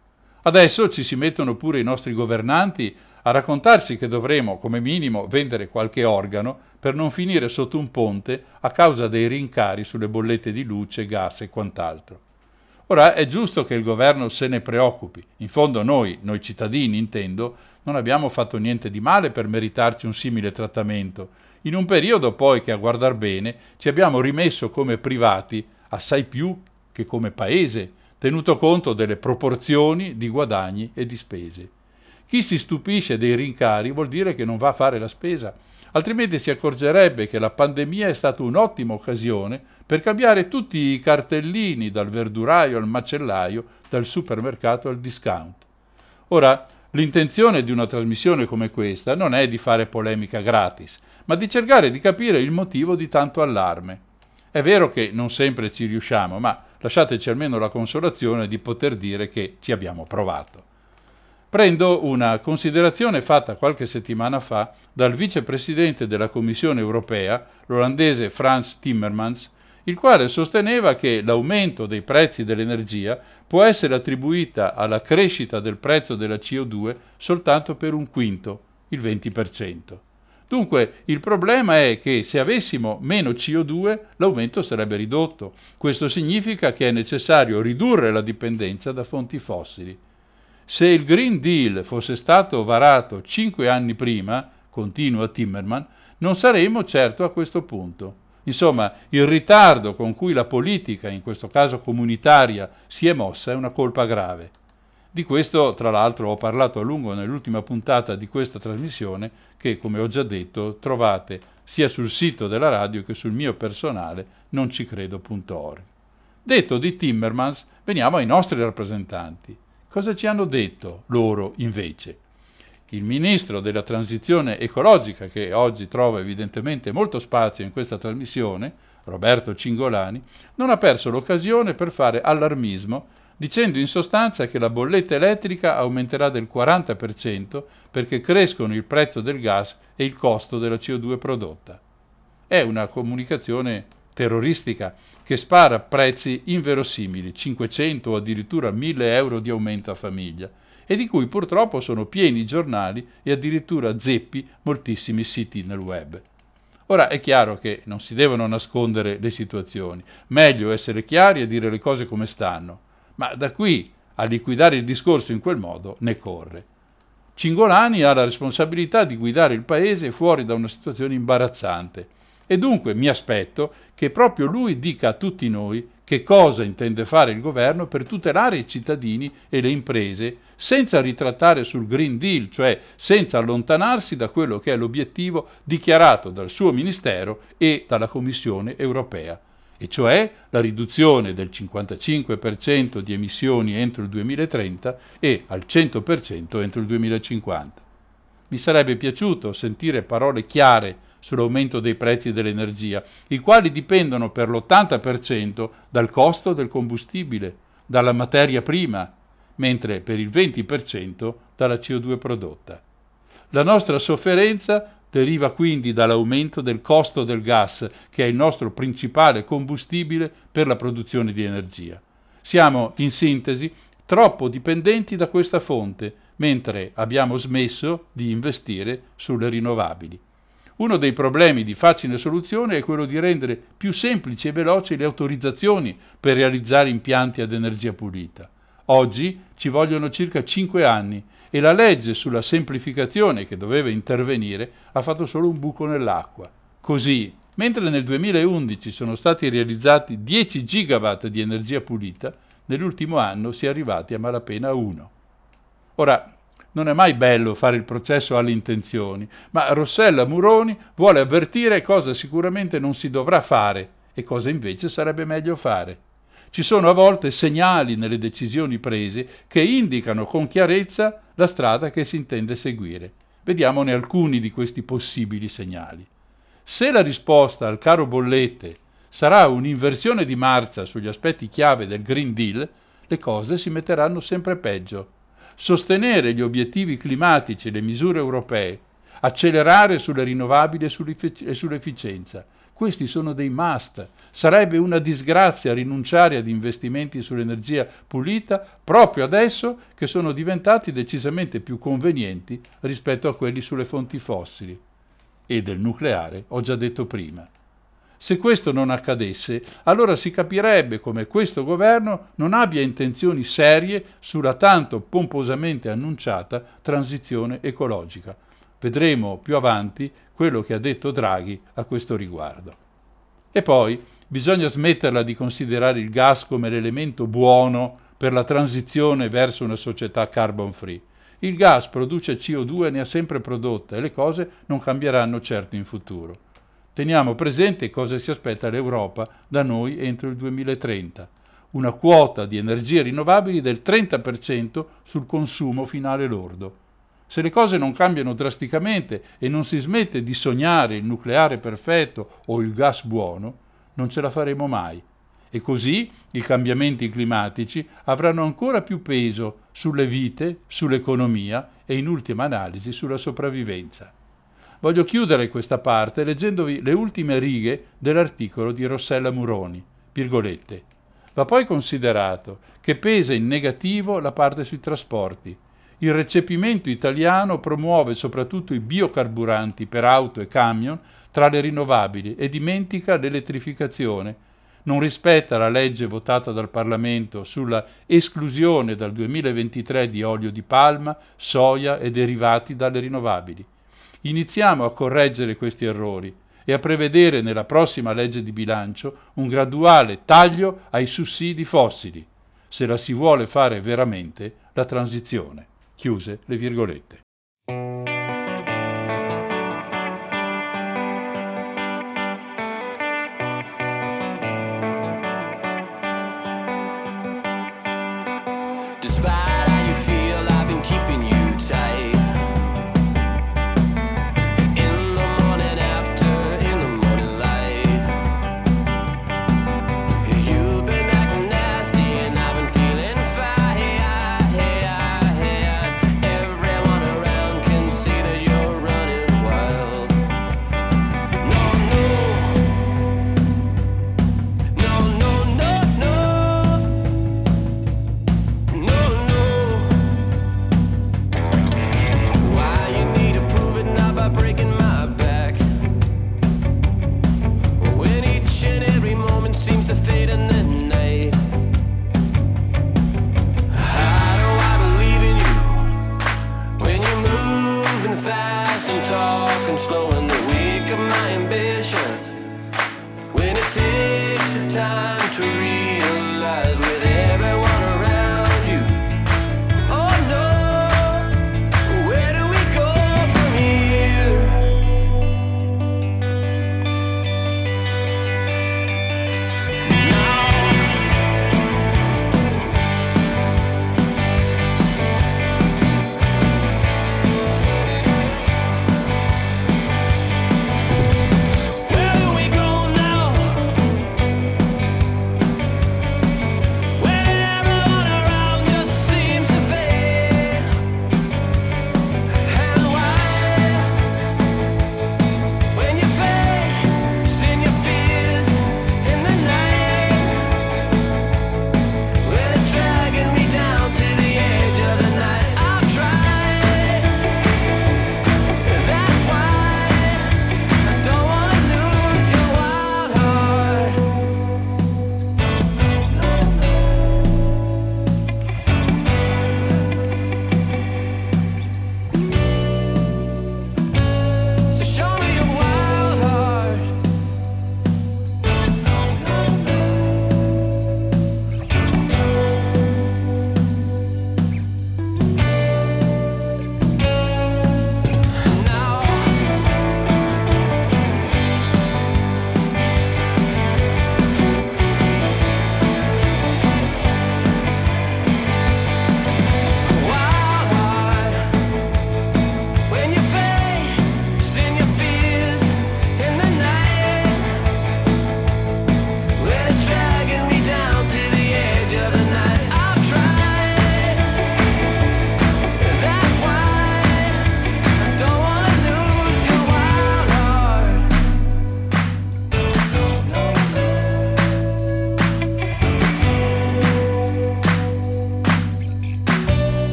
Adesso ci si mettono pure i nostri governanti a raccontarci che dovremo, come minimo, vendere qualche organo per non finire sotto un ponte a causa dei rincari sulle bollette di luce, gas e quant'altro. Ora è giusto che il governo se ne preoccupi. In fondo noi cittadini intendo, non abbiamo fatto niente di male per meritarci un simile trattamento, in un periodo poi che a guardar bene ci abbiamo rimesso come privati assai più che come paese, tenuto conto delle proporzioni di guadagni e di spese. Chi si stupisce dei rincari vuol dire che non va a fare la spesa, altrimenti si accorgerebbe che la pandemia è stata un'ottima occasione per cambiare tutti i cartellini dal verduraio al macellaio, dal supermercato al discount. Ora, l'intenzione di una trasmissione come questa non è di fare polemica gratis, ma di cercare di capire il motivo di tanto allarme. È vero che non sempre ci riusciamo, ma lasciateci almeno la consolazione di poter dire che ci abbiamo provato. Prendo una considerazione fatta qualche settimana fa dal vicepresidente della Commissione europea, l'olandese Frans Timmermans, il quale sosteneva che l'aumento dei prezzi dell'energia può essere attribuita alla crescita del prezzo della CO2 soltanto per un quinto, il 20%. Dunque, il problema è che se avessimo meno CO2, l'aumento sarebbe ridotto. Questo significa che è necessario ridurre la dipendenza da fonti fossili. Se il Green Deal fosse stato varato 5 anni prima, continua Timmermans, non saremmo certo a questo punto. Insomma, il ritardo con cui la politica, in questo caso comunitaria, si è mossa è una colpa grave. Di questo, tra l'altro, ho parlato a lungo nell'ultima puntata di questa trasmissione che, come ho già detto, trovate sia sul sito della radio che sul mio personale noncicredo.org. Detto di Timmermans, veniamo ai nostri rappresentanti. Cosa ci hanno detto loro invece? Il ministro della transizione ecologica, che oggi trova evidentemente molto spazio in questa trasmissione, Roberto Cingolani, non ha perso l'occasione per fare allarmismo, dicendo in sostanza che la bolletta elettrica aumenterà del 40% perché crescono il prezzo del gas e il costo della CO2 prodotta. È una comunicazione terroristica che spara prezzi inverosimili, 500 o addirittura 1000 euro di aumento a famiglia, e di cui purtroppo sono pieni i giornali e addirittura zeppi moltissimi siti nel web. Ora è chiaro che non si devono nascondere le situazioni, meglio essere chiari e dire le cose come stanno, ma da qui a liquidare il discorso in quel modo ne corre. Cingolani ha la responsabilità di guidare il paese fuori da una situazione imbarazzante e dunque mi aspetto che proprio lui dica a tutti noi che cosa intende fare il governo per tutelare i cittadini e le imprese senza ritrattare sul Green Deal, cioè senza allontanarsi da quello che è l'obiettivo dichiarato dal suo Ministero e dalla Commissione europea, e cioè la riduzione del 55% di emissioni entro il 2030 e al 100% entro il 2050. Mi sarebbe piaciuto sentire parole chiare sull'aumento dei prezzi dell'energia, i quali dipendono per l'80% dal costo del combustibile, dalla materia prima, mentre per il 20% dalla CO2 prodotta. La nostra sofferenza deriva quindi dall'aumento del costo del gas, che è il nostro principale combustibile per la produzione di energia. Siamo, in sintesi, troppo dipendenti da questa fonte, mentre abbiamo smesso di investire sulle rinnovabili. Uno dei problemi di facile soluzione è quello di rendere più semplici e veloci le autorizzazioni per realizzare impianti ad energia pulita. Oggi ci vogliono circa 5 anni e la legge sulla semplificazione che doveva intervenire ha fatto solo un buco nell'acqua. Così, mentre nel 2011 sono stati realizzati 10 gigawatt di energia pulita, Nell'ultimo anno si è arrivati a malapena a 1. Ora, non è mai bello fare il processo alle intenzioni, ma Rossella Muroni vuole avvertire cosa sicuramente non si dovrà fare e cosa invece sarebbe meglio fare. Ci sono a volte segnali nelle decisioni prese che indicano con chiarezza la strada che si intende seguire. Vediamone alcuni di questi possibili segnali. Se la risposta al caro bollette sarà un'inversione di marcia sugli aspetti chiave del Green Deal, le cose si metteranno sempre peggio. Sostenere gli obiettivi climatici e le misure europee, accelerare sulle rinnovabili e sull'efficienza. Questi sono dei must. Sarebbe una disgrazia rinunciare ad investimenti sull'energia pulita proprio adesso che sono diventati decisamente più convenienti rispetto a quelli sulle fonti fossili. E del nucleare ho già detto prima. Se questo non accadesse, allora si capirebbe come questo governo non abbia intenzioni serie sulla tanto pomposamente annunciata transizione ecologica. Vedremo più avanti quello che ha detto Draghi a questo riguardo. E poi bisogna smetterla di considerare il gas come l'elemento buono per la transizione verso una società carbon free. Il gas produce CO2 e ne ha sempre prodotta e le cose non cambieranno certo in futuro. Teniamo presente cosa si aspetta l'Europa da noi entro il 2030, una quota di energie rinnovabili del 30% sul consumo finale lordo. Se le cose non cambiano drasticamente e non si smette di sognare il nucleare perfetto o il gas buono, non ce la faremo mai. E così i cambiamenti climatici avranno ancora più peso sulle vite, sull'economia e in ultima analisi sulla sopravvivenza. Voglio chiudere questa parte leggendovi le ultime righe dell'articolo di Rossella Muroni, virgolette. Va poi considerato che pesa in negativo la parte sui trasporti. Il recepimento italiano promuove soprattutto i biocarburanti per auto e camion tra le rinnovabili e dimentica l'elettrificazione. Non rispetta la legge votata dal Parlamento sulla esclusione dal 2023 di olio di palma, soia e derivati dalle rinnovabili. Iniziamo a correggere questi errori e a prevedere nella prossima legge di bilancio un graduale taglio ai sussidi fossili, se la si vuole fare veramente la transizione. Chiuse le virgolette. Despite how you feel, I've been keeping you tight. In the morning after, in the morning light. You've been acting nasty and I've been feeling fine. Everyone around can see that you're running wild. No, no, no, no, no, no. Why you need to prove it now by breaking my back? When each and every moment seems to fade in the night. How do I believe in you when you're moving fast and talking slow and the weak of my ambition? When it takes the time to realize with everyone around you. Oh no, where do we go from here? Where do we go now?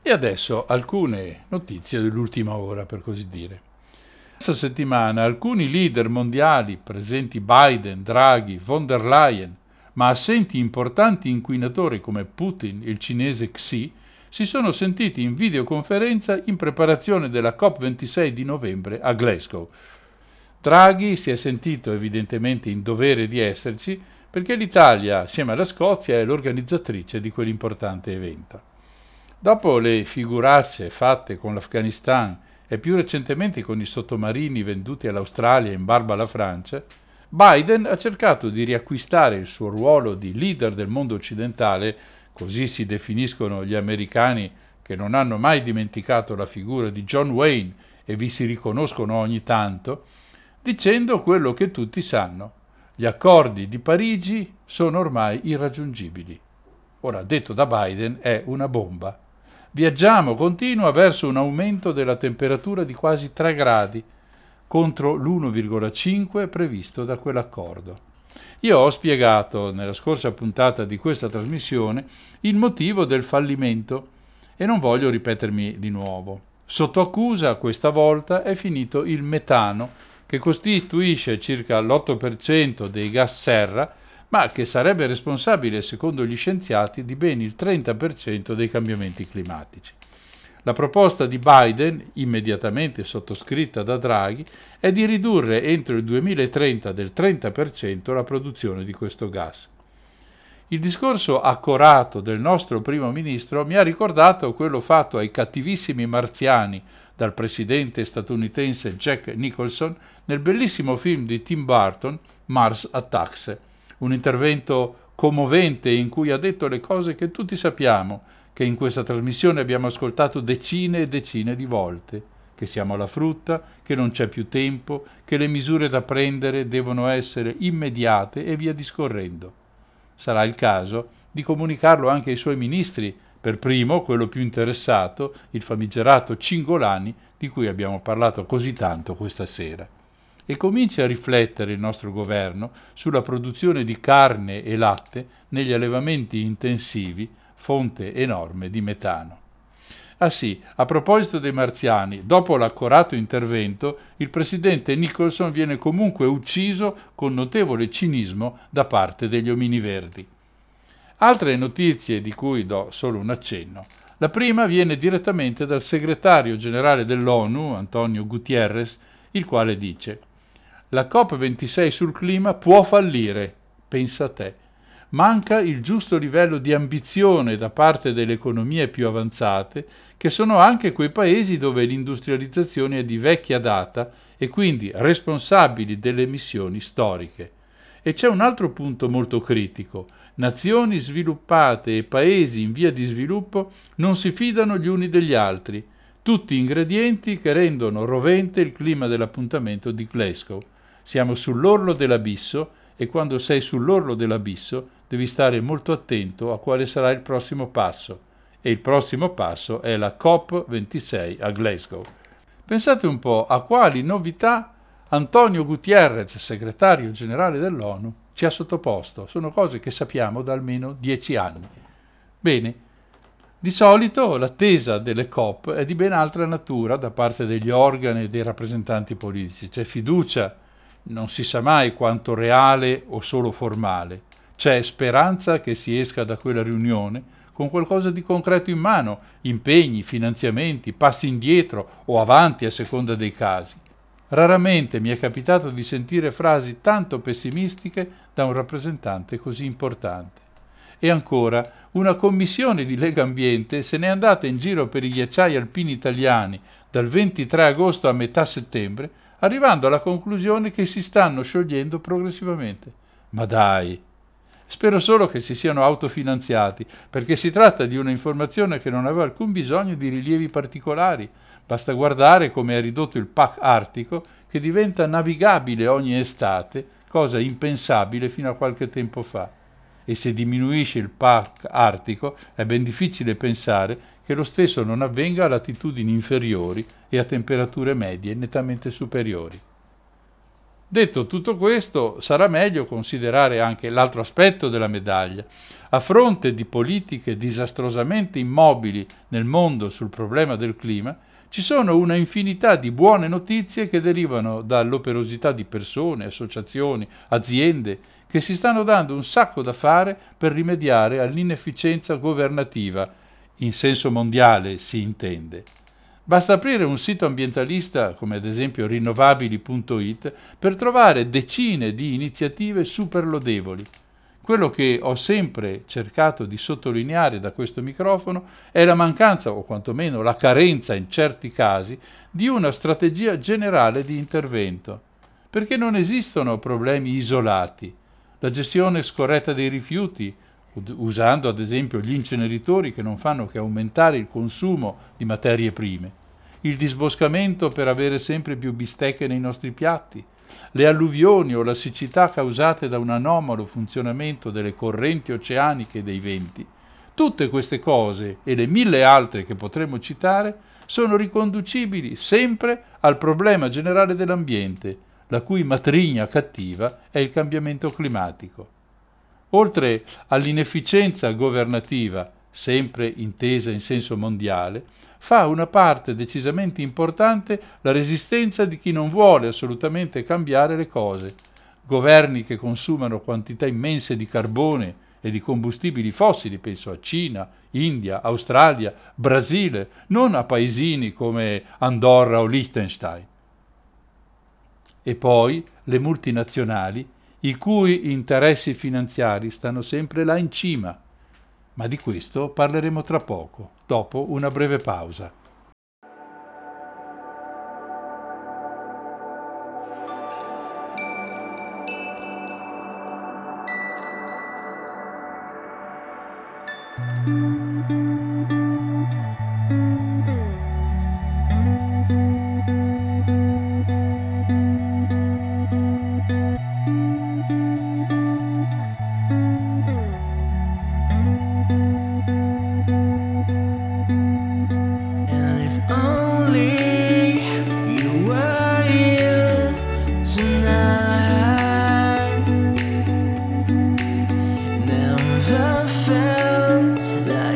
E adesso alcune notizie dell'ultima ora, per così dire. Questa settimana alcuni leader mondiali, presenti Biden, Draghi, von der Leyen, ma assenti importanti inquinatori come Putin e il cinese Xi, si sono sentiti in videoconferenza in preparazione della COP26 di novembre a Glasgow. Draghi si è sentito evidentemente in dovere di esserci perché l'Italia, assieme alla Scozia, è l'organizzatrice di quell'importante evento. Dopo le figuracce fatte con l'Afghanistan e più recentemente con i sottomarini venduti all'Australia in barba alla Francia, Biden ha cercato di riacquistare il suo ruolo di leader del mondo occidentale, così si definiscono gli americani che non hanno mai dimenticato la figura di John Wayne e vi si riconoscono ogni tanto, dicendo quello che tutti sanno: gli accordi di Parigi sono ormai irraggiungibili. Ora, detto da Biden, è una bomba. Viaggiamo continua verso un aumento della temperatura di quasi 3 gradi, contro l'1,5 previsto da quell'accordo. Io ho spiegato nella scorsa puntata di questa trasmissione il motivo del fallimento e non voglio ripetermi di nuovo. Sotto accusa questa volta è finito il metano, che costituisce circa l'8% dei gas serra, ma che sarebbe responsabile, secondo gli scienziati, di ben il 30% dei cambiamenti climatici. La proposta di Biden, immediatamente sottoscritta da Draghi, è di ridurre entro il 2030 del 30% la produzione di questo gas. Il discorso accorato del nostro primo ministro mi ha ricordato quello fatto ai cattivissimi marziani dal presidente statunitense Jack Nicholson nel bellissimo film di Tim Burton, Mars Attacks, un intervento commovente in cui ha detto le cose che tutti sappiamo, che in questa trasmissione abbiamo ascoltato decine e decine di volte, che siamo alla frutta, che non c'è più tempo, che le misure da prendere devono essere immediate e via discorrendo. Sarà il caso di comunicarlo anche ai suoi ministri, per primo quello più interessato, il famigerato Cingolani, di cui abbiamo parlato così tanto questa sera. E cominci a riflettere il nostro governo sulla produzione di carne e latte negli allevamenti intensivi, fonte enorme di metano. Ah sì, a proposito dei marziani, dopo l'accorato intervento, il presidente Nicholson viene comunque ucciso con notevole cinismo da parte degli omini verdi. Altre notizie di cui do solo un accenno. La prima viene direttamente dal segretario generale dell'ONU, Antonio Guterres, il quale dice: la COP26 sul clima può fallire, pensa a te. Manca il giusto livello di ambizione da parte delle economie più avanzate, che sono anche quei paesi dove l'industrializzazione è di vecchia data e quindi responsabili delle emissioni storiche. E c'è un altro punto molto critico. Nazioni sviluppate e paesi in via di sviluppo non si fidano gli uni degli altri, tutti ingredienti che rendono rovente il clima dell'appuntamento di Glasgow. Siamo sull'orlo dell'abisso e quando sei sull'orlo dell'abisso devi stare molto attento a quale sarà il prossimo passo. E il prossimo passo è la COP26 a Glasgow. Pensate un po' a quali novità Antonio Guterres, segretario generale dell'ONU, ci ha sottoposto. Sono cose che sappiamo da almeno 10 anni. Bene, di solito l'attesa delle COP è di ben altra natura da parte degli organi e dei rappresentanti politici. C'è fiducia, non si sa mai quanto reale o solo formale. C'è speranza che si esca da quella riunione con qualcosa di concreto in mano, impegni, finanziamenti, passi indietro o avanti a seconda dei casi. Raramente mi è capitato di sentire frasi tanto pessimistiche da un rappresentante così importante. E ancora, una commissione di Lega Ambiente se n'è andata in giro per i ghiacciai alpini italiani dal 23 agosto a metà settembre, arrivando alla conclusione che si stanno sciogliendo progressivamente. Ma dai! Spero solo che si siano autofinanziati, perché si tratta di una informazione che non aveva alcun bisogno di rilievi particolari. Basta guardare come è ridotto il pack artico, che diventa navigabile ogni estate, cosa impensabile fino a qualche tempo fa. E se diminuisce il pack artico, è ben difficile pensare che lo stesso non avvenga a latitudini inferiori e a temperature medie nettamente superiori. Detto tutto questo, sarà meglio considerare anche l'altro aspetto della medaglia. A fronte di politiche disastrosamente immobili nel mondo sul problema del clima, ci sono una infinità di buone notizie che derivano dall'operosità di persone, associazioni, aziende che si stanno dando un sacco da fare per rimediare all'inefficienza governativa, in senso mondiale si intende. Basta aprire un sito ambientalista come ad esempio rinnovabili.it per trovare decine di iniziative super lodevoli. Quello che ho sempre cercato di sottolineare da questo microfono è la mancanza, o quantomeno la carenza in certi casi, di una strategia generale di intervento, perché non esistono problemi isolati. La gestione scorretta dei rifiuti, usando ad esempio gli inceneritori che non fanno che aumentare il consumo di materie prime, il disboscamento per avere sempre più bistecche nei nostri piatti, le alluvioni o la siccità causate da un anomalo funzionamento delle correnti oceaniche e dei venti. Tutte queste cose e le 1000 altre che potremmo citare sono riconducibili sempre al problema generale dell'ambiente, la cui matrigna cattiva è il cambiamento climatico. Oltre all'inefficienza governativa, sempre intesa in senso mondiale, fa una parte decisamente importante la resistenza di chi non vuole assolutamente cambiare le cose. Governi che consumano quantità immense di carbone e di combustibili fossili, penso a Cina, India, Australia, Brasile, non a paesini come Andorra o Liechtenstein. E poi le multinazionali, i cui interessi finanziari stanno sempre là in cima. Ma di questo parleremo tra poco, dopo una breve pausa. Never felt like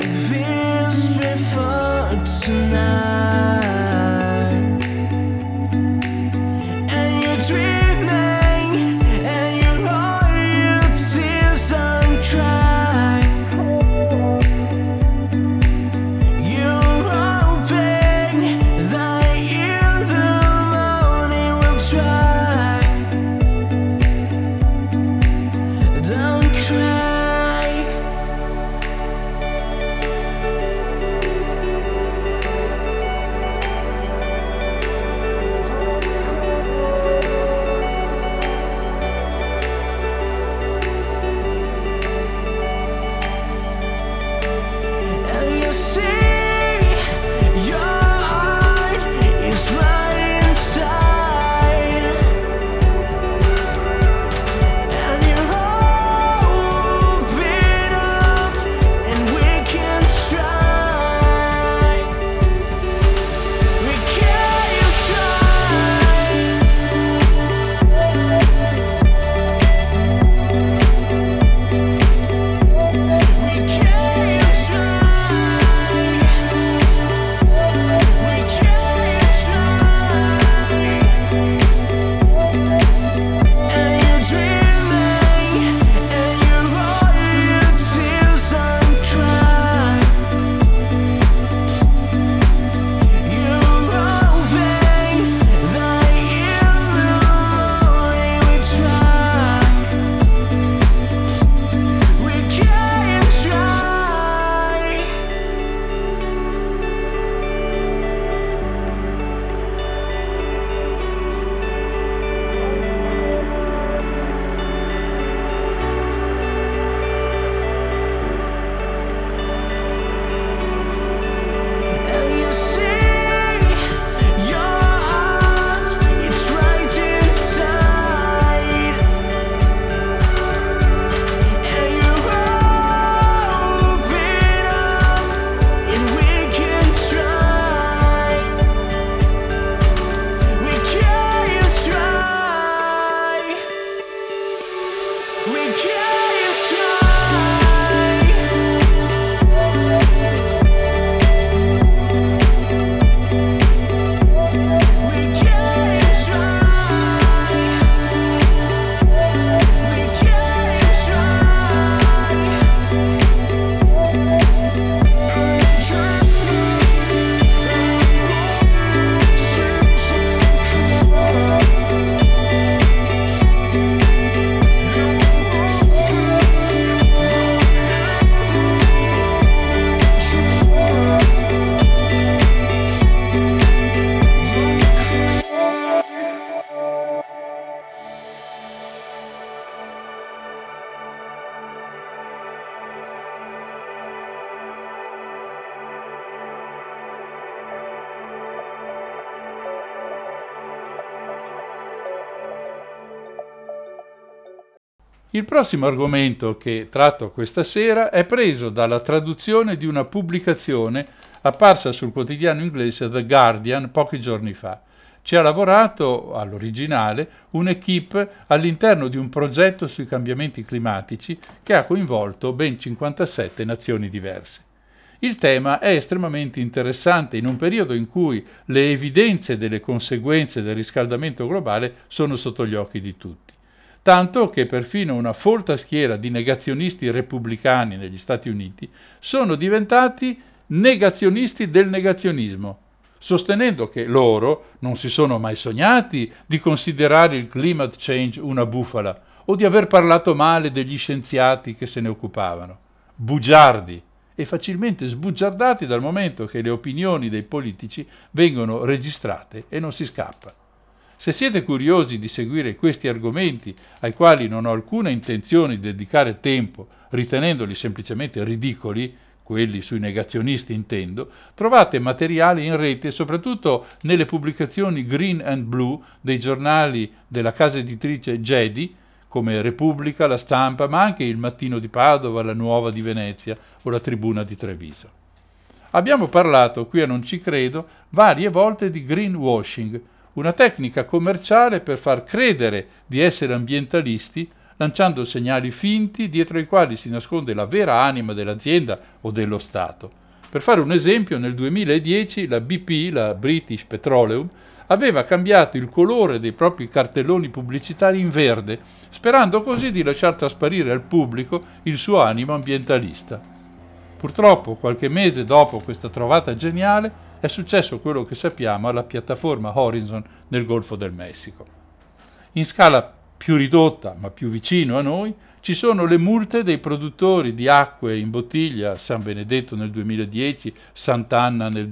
Il prossimo argomento che tratto questa sera è preso dalla traduzione di una pubblicazione apparsa sul quotidiano inglese The Guardian pochi giorni fa. Ci ha lavorato all'originale un'equipe all'interno di un progetto sui cambiamenti climatici che ha coinvolto ben 57 nazioni diverse. Il tema è estremamente interessante in un periodo in cui le evidenze delle conseguenze del riscaldamento globale sono sotto gli occhi di tutti. Tanto che perfino una folta schiera di negazionisti repubblicani negli Stati Uniti sono diventati negazionisti del negazionismo, sostenendo che loro non si sono mai sognati di considerare il climate change una bufala o di aver parlato male degli scienziati che se ne occupavano. Bugiardi e facilmente sbugiardati dal momento che le opinioni dei politici vengono registrate e non si scappa. Se siete curiosi di seguire questi argomenti, ai quali non ho alcuna intenzione di dedicare tempo, ritenendoli semplicemente ridicoli, quelli sui negazionisti intendo, trovate materiale in rete soprattutto nelle pubblicazioni Green and Blue dei giornali della casa editrice Gedi, come Repubblica, La Stampa, ma anche Il Mattino di Padova, La Nuova di Venezia o La Tribuna di Treviso. Abbiamo parlato, qui a Non ci credo, varie volte di greenwashing, una tecnica commerciale per far credere di essere ambientalisti, lanciando segnali finti dietro i quali si nasconde la vera anima dell'azienda o dello Stato. Per fare un esempio, nel 2010 la BP, la British Petroleum, aveva cambiato il colore dei propri cartelloni pubblicitari in verde, sperando così di lasciar trasparire al pubblico il suo animo ambientalista. Purtroppo, qualche mese dopo questa trovata geniale, è successo quello che sappiamo alla piattaforma Horizon nel Golfo del Messico. In scala più ridotta, ma più vicino a noi, ci sono le multe dei produttori di acque in bottiglia, San Benedetto nel 2010, Sant'Anna nel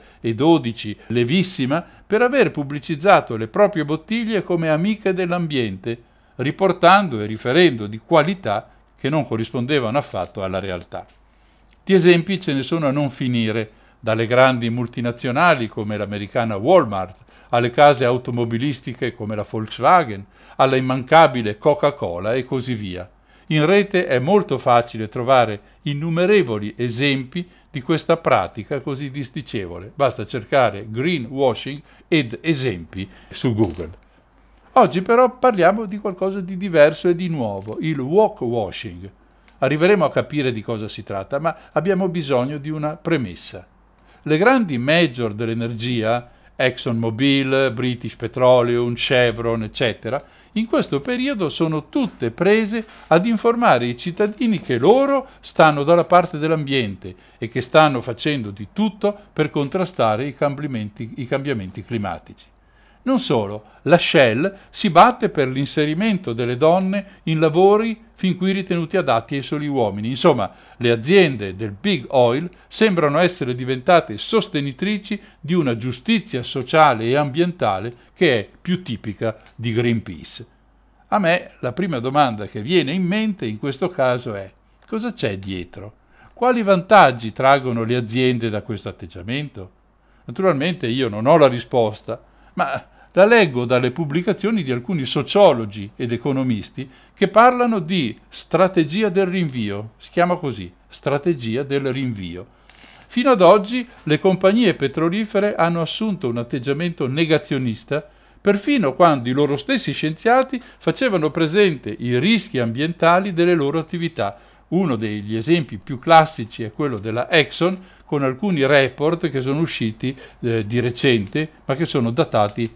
2012, Levissima, per aver pubblicizzato le proprie bottiglie come amiche dell'ambiente, riportando e riferendo di qualità che non corrispondevano affatto alla realtà. Di esempi ce ne sono a non finire, dalle grandi multinazionali come l'americana Walmart, alle case automobilistiche come la Volkswagen, alla immancabile Coca-Cola e così via. In rete è molto facile trovare innumerevoli esempi di questa pratica così disdicevole. Basta cercare greenwashing ed esempi su Google. Oggi però parliamo di qualcosa di diverso e di nuovo, il wok-washing. Arriveremo a capire di cosa si tratta, ma abbiamo bisogno di una premessa. Le grandi major dell'energia, ExxonMobil, British Petroleum, Chevron, eccetera, in questo periodo sono tutte prese ad informare i cittadini che loro stanno dalla parte dell'ambiente e che stanno facendo di tutto per contrastare i cambiamenti climatici. Non solo, la Shell si batte per l'inserimento delle donne in lavori fin qui ritenuti adatti ai soli uomini. Insomma, le aziende del Big Oil sembrano essere diventate sostenitrici di una giustizia sociale e ambientale che è più tipica di Greenpeace. A me la prima domanda che viene in mente in questo caso è: cosa c'è dietro? Quali vantaggi traggono le aziende da questo atteggiamento? Naturalmente io non ho la risposta, ma la leggo dalle pubblicazioni di alcuni sociologi ed economisti che parlano di strategia del rinvio, si chiama così, strategia del rinvio. Fino ad oggi le compagnie petrolifere hanno assunto un atteggiamento negazionista, perfino quando i loro stessi scienziati facevano presente i rischi ambientali delle loro attività. Uno degli esempi più classici è quello della Exxon, con alcuni report che sono usciti di recente, ma che sono datati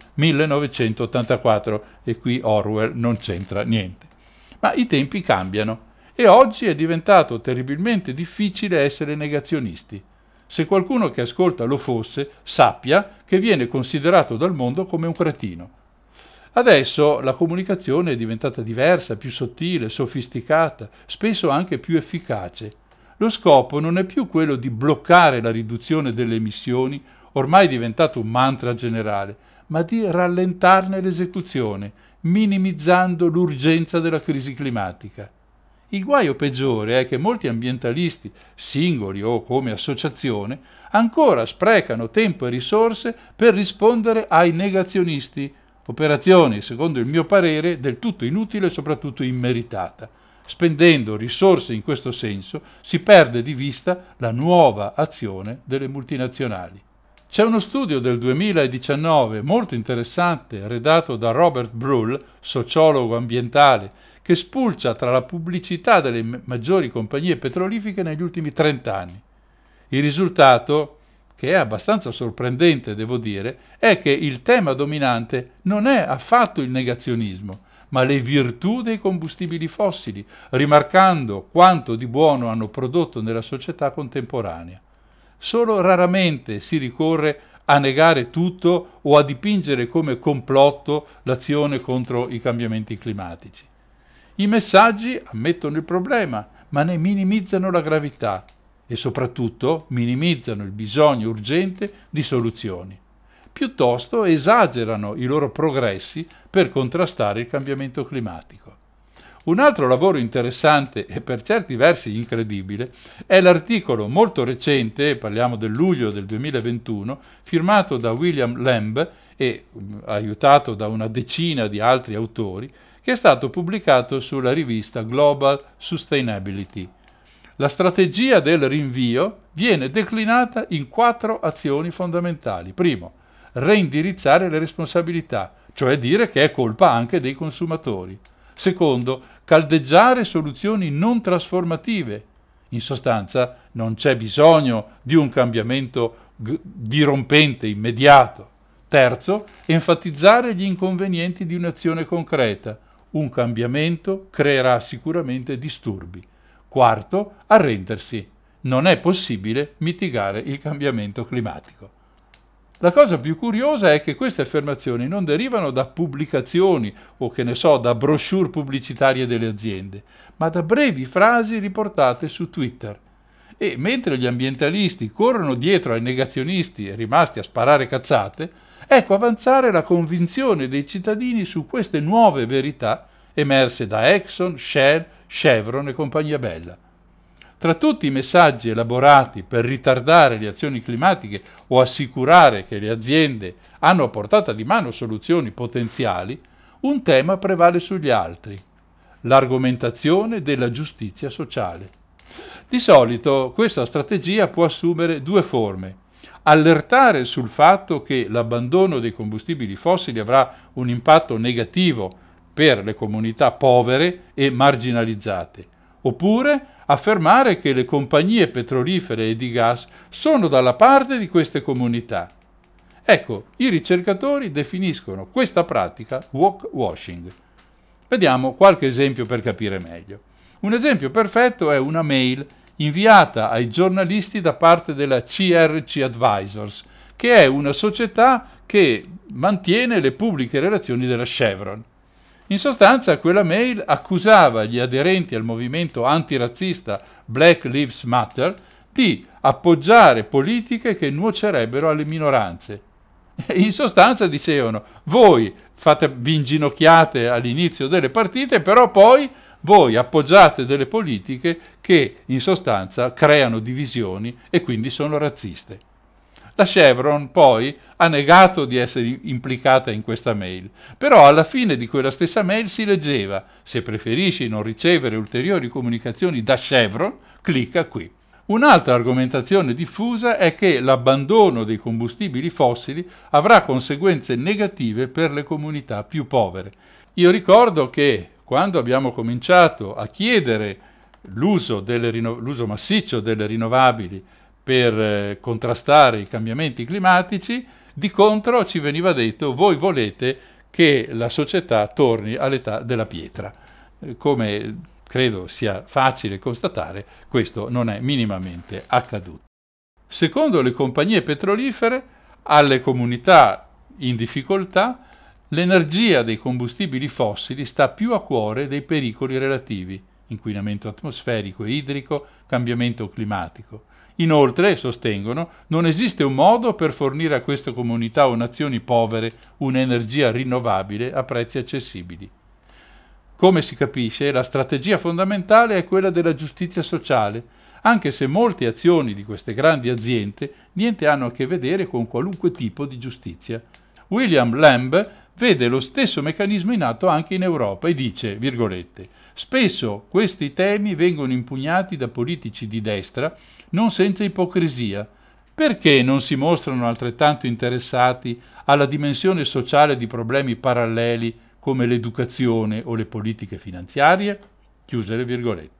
1984, e qui Orwell non c'entra niente. Ma i tempi cambiano e oggi è diventato terribilmente difficile essere negazionisti. Se qualcuno che ascolta lo fosse, sappia che viene considerato dal mondo come un cretino. Adesso la comunicazione è diventata diversa, più sottile, sofisticata, spesso anche più efficace. Lo scopo non è più quello di bloccare la riduzione delle emissioni, ormai diventato un mantra generale, ma di rallentarne l'esecuzione, minimizzando l'urgenza della crisi climatica. Il guaio peggiore è che molti ambientalisti, singoli o come associazione, ancora sprecano tempo e risorse per rispondere ai negazionisti, Operazione, secondo il mio parere, del tutto inutile e soprattutto immeritata. Spendendo risorse in questo senso si perde di vista la nuova azione delle multinazionali. C'è uno studio del 2019 molto interessante redatto da Robert Brull, sociologo ambientale, che spulcia tra la pubblicità delle maggiori compagnie petrolifere negli ultimi 30 anni. Il risultato, che è abbastanza sorprendente devo dire, è che il tema dominante non è affatto il negazionismo, ma le virtù dei combustibili fossili, rimarcando quanto di buono hanno prodotto nella società contemporanea. Solo raramente si ricorre a negare tutto o a dipingere come complotto l'azione contro i cambiamenti climatici. I messaggi ammettono il problema, ma ne minimizzano la gravità e soprattutto minimizzano il bisogno urgente di soluzioni. Piuttosto esagerano i loro progressi per contrastare il cambiamento climatico. Un altro lavoro interessante e per certi versi incredibile è l'articolo molto recente, parliamo del luglio del 2021, firmato da William Lamb e aiutato da una decina di altri autori, che è stato pubblicato sulla rivista Global Sustainability. La strategia del rinvio viene declinata in 4 azioni fondamentali. Primo, reindirizzare le responsabilità, cioè dire che è colpa anche dei consumatori. Secondo, caldeggiare soluzioni non trasformative. In sostanza, non c'è bisogno di un cambiamento dirompente, immediato. Terzo, enfatizzare gli inconvenienti di un'azione concreta. Un cambiamento creerà sicuramente disturbi. Quarto, arrendersi. Non è possibile mitigare il cambiamento climatico. La cosa più curiosa è che queste affermazioni non derivano da pubblicazioni o da brochure pubblicitarie delle aziende, ma da brevi frasi riportate su Twitter. E mentre gli ambientalisti corrono dietro ai negazionisti rimasti a sparare cazzate, ecco avanzare la convinzione dei cittadini su queste nuove verità emerse da Exxon, Shell, Chevron e compagnia bella. Tra tutti i messaggi elaborati per ritardare le azioni climatiche o assicurare che le aziende hanno a portata di mano soluzioni potenziali, un tema prevale sugli altri: l'argomentazione della giustizia sociale. Di solito questa strategia può assumere 2 forme: allertare sul fatto che l'abbandono dei combustibili fossili avrà un impatto negativo per le comunità povere e marginalizzate, oppure affermare che le compagnie petrolifere e di gas sono dalla parte di queste comunità. Ecco, i ricercatori definiscono questa pratica washing. Vediamo qualche esempio per capire meglio. Un esempio perfetto è una mail inviata ai giornalisti da parte della CRC Advisors, che è una società che mantiene le pubbliche relazioni della Chevron. In sostanza, quella mail accusava gli aderenti al movimento antirazzista Black Lives Matter di appoggiare politiche che nuocerebbero alle minoranze. In sostanza dicevano: voi vi inginocchiate all'inizio delle partite, però poi voi appoggiate delle politiche che in sostanza creano divisioni e quindi sono razziste. La Chevron poi ha negato di essere implicata in questa mail, però alla fine di quella stessa mail si leggeva: se preferisci non ricevere ulteriori comunicazioni da Chevron, clicca qui. Un'altra argomentazione diffusa è che l'abbandono dei combustibili fossili avrà conseguenze negative per le comunità più povere. Io ricordo che quando abbiamo cominciato a chiedere l'uso massiccio delle rinnovabili per contrastare i cambiamenti climatici, di contro ci veniva detto: voi volete che la società torni all'età della pietra. Come credo sia facile constatare, questo non è minimamente accaduto. Secondo le compagnie petrolifere, alle comunità in difficoltà l'energia dei combustibili fossili sta più a cuore dei pericoli relativi: inquinamento atmosferico e idrico, cambiamento climatico. Inoltre, sostengono, non esiste un modo per fornire a queste comunità o nazioni povere un'energia rinnovabile a prezzi accessibili. Come si capisce, la strategia fondamentale è quella della giustizia sociale, anche se molte azioni di queste grandi aziende niente hanno a che vedere con qualunque tipo di giustizia. William Lamb vede lo stesso meccanismo in atto anche in Europa e dice, virgolette, spesso questi temi vengono impugnati da politici di destra non senza ipocrisia. Perché non si mostrano altrettanto interessati alla dimensione sociale di problemi paralleli come l'educazione o le politiche finanziarie? Chiuse le virgolette.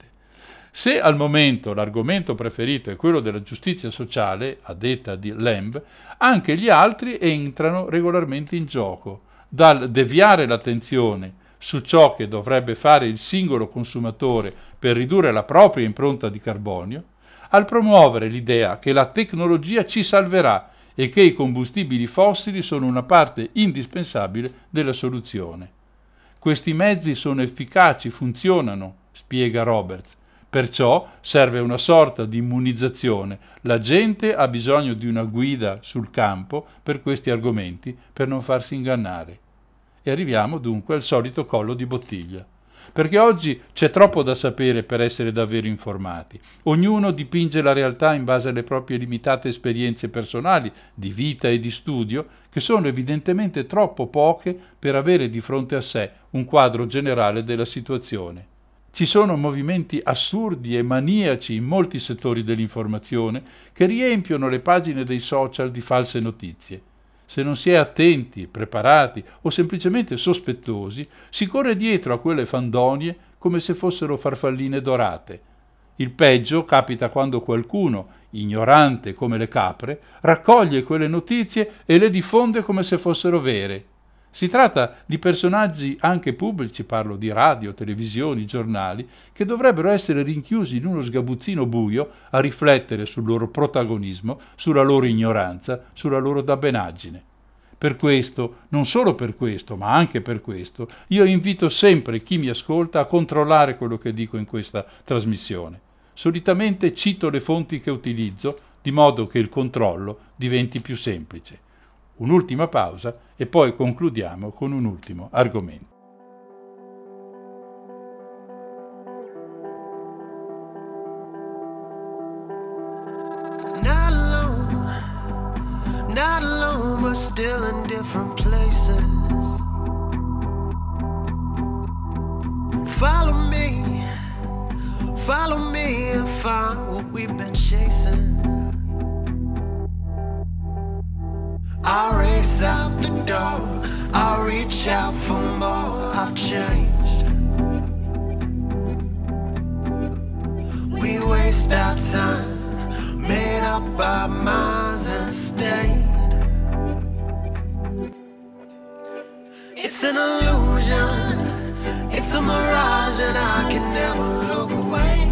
Se al momento l'argomento preferito è quello della giustizia sociale, a detta di Lamb, anche gli altri entrano regolarmente in gioco, dal deviare l'attenzione su ciò che dovrebbe fare il singolo consumatore per ridurre la propria impronta di carbonio, al promuovere l'idea che la tecnologia ci salverà e che i combustibili fossili sono una parte indispensabile della soluzione. Questi mezzi sono efficaci, funzionano, spiega Roberts. Perciò serve una sorta di immunizzazione. La gente ha bisogno di una guida sul campo per questi argomenti per non farsi ingannare. E arriviamo dunque al solito collo di bottiglia. Perché oggi c'è troppo da sapere per essere davvero informati. Ognuno dipinge la realtà in base alle proprie limitate esperienze personali, di vita e di studio, che sono evidentemente troppo poche per avere di fronte a sé un quadro generale della situazione. Ci sono movimenti assurdi e maniaci in molti settori dell'informazione che riempiono le pagine dei social di false notizie. Se non si è attenti, preparati o semplicemente sospettosi, si corre dietro a quelle fandonie come se fossero farfalline dorate. Il peggio capita quando qualcuno, ignorante come le capre, raccoglie quelle notizie e le diffonde come se fossero vere. Si tratta di personaggi anche pubblici, parlo di radio, televisioni, giornali, che dovrebbero essere rinchiusi in uno sgabuzzino buio a riflettere sul loro protagonismo, sulla loro ignoranza, sulla loro dabbenaggine. Per questo, non solo per questo, ma anche per questo, io invito sempre chi mi ascolta a controllare quello che dico in questa trasmissione. Solitamente cito le fonti che utilizzo, di modo che il controllo diventi più semplice. Un'ultima pausa e poi concludiamo con un ultimo argomento. Not alone, but still in different places. Follow me and find what we've been chasing. I'll race out the door, I'll reach out for more. I've changed. We waste our time, made up our minds and stayed. It's an illusion, it's a mirage, and I can never look away.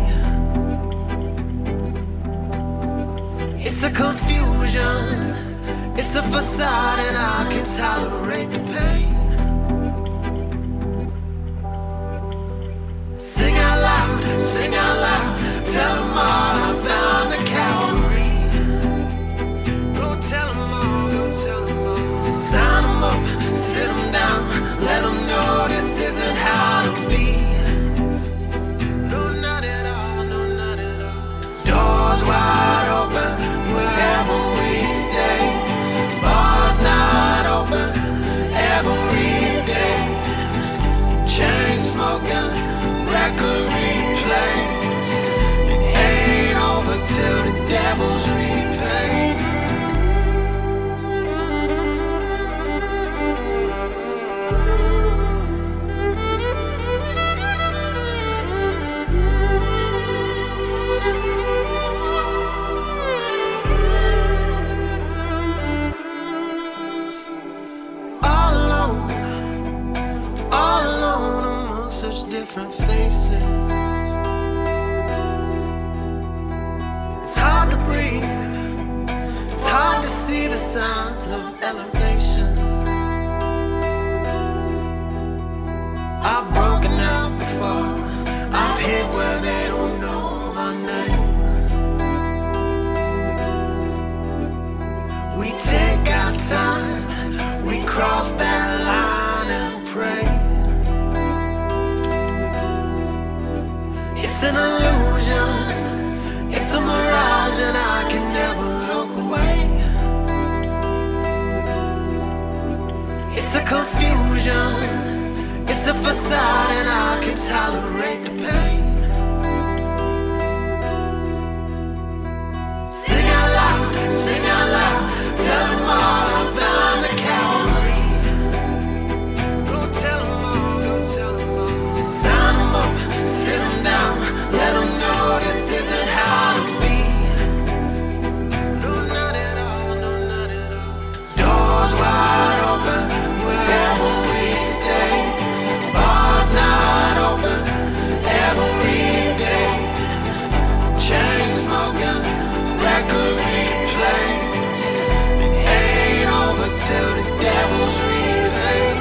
It's a confusion, it's a facade, and I can tolerate the pain. Sing out loud, tell them all I found the Calvary. Go tell them all, sign them up, sit them down, let them know this isn't how to be. No, not at all, no, not at all. Doors wide open, wherever we stay. Bars not open every day. Chain smoking, record replays. It ain't over till the devil's repaid. All alone among such different faces. It's hard to breathe, it's hard to see the signs of elevation. I've broken out before, I've hit where they don't know my name. We take our time, we cross that line and pray. It's an illusion, it's a mirage, and I can never look away. It's It's a confusion, it's a facade, and I can tolerate the pain. Sing out loud, tell them all I found the Calvary. Go tell them all, sign them up, sit them down, let them know this isn't how to be. No, not at all, no, not at all. Doors wide open, wherever we stay. Bars not open, every day. Chain smoking, record replays. It ain't over till the devil's repaid.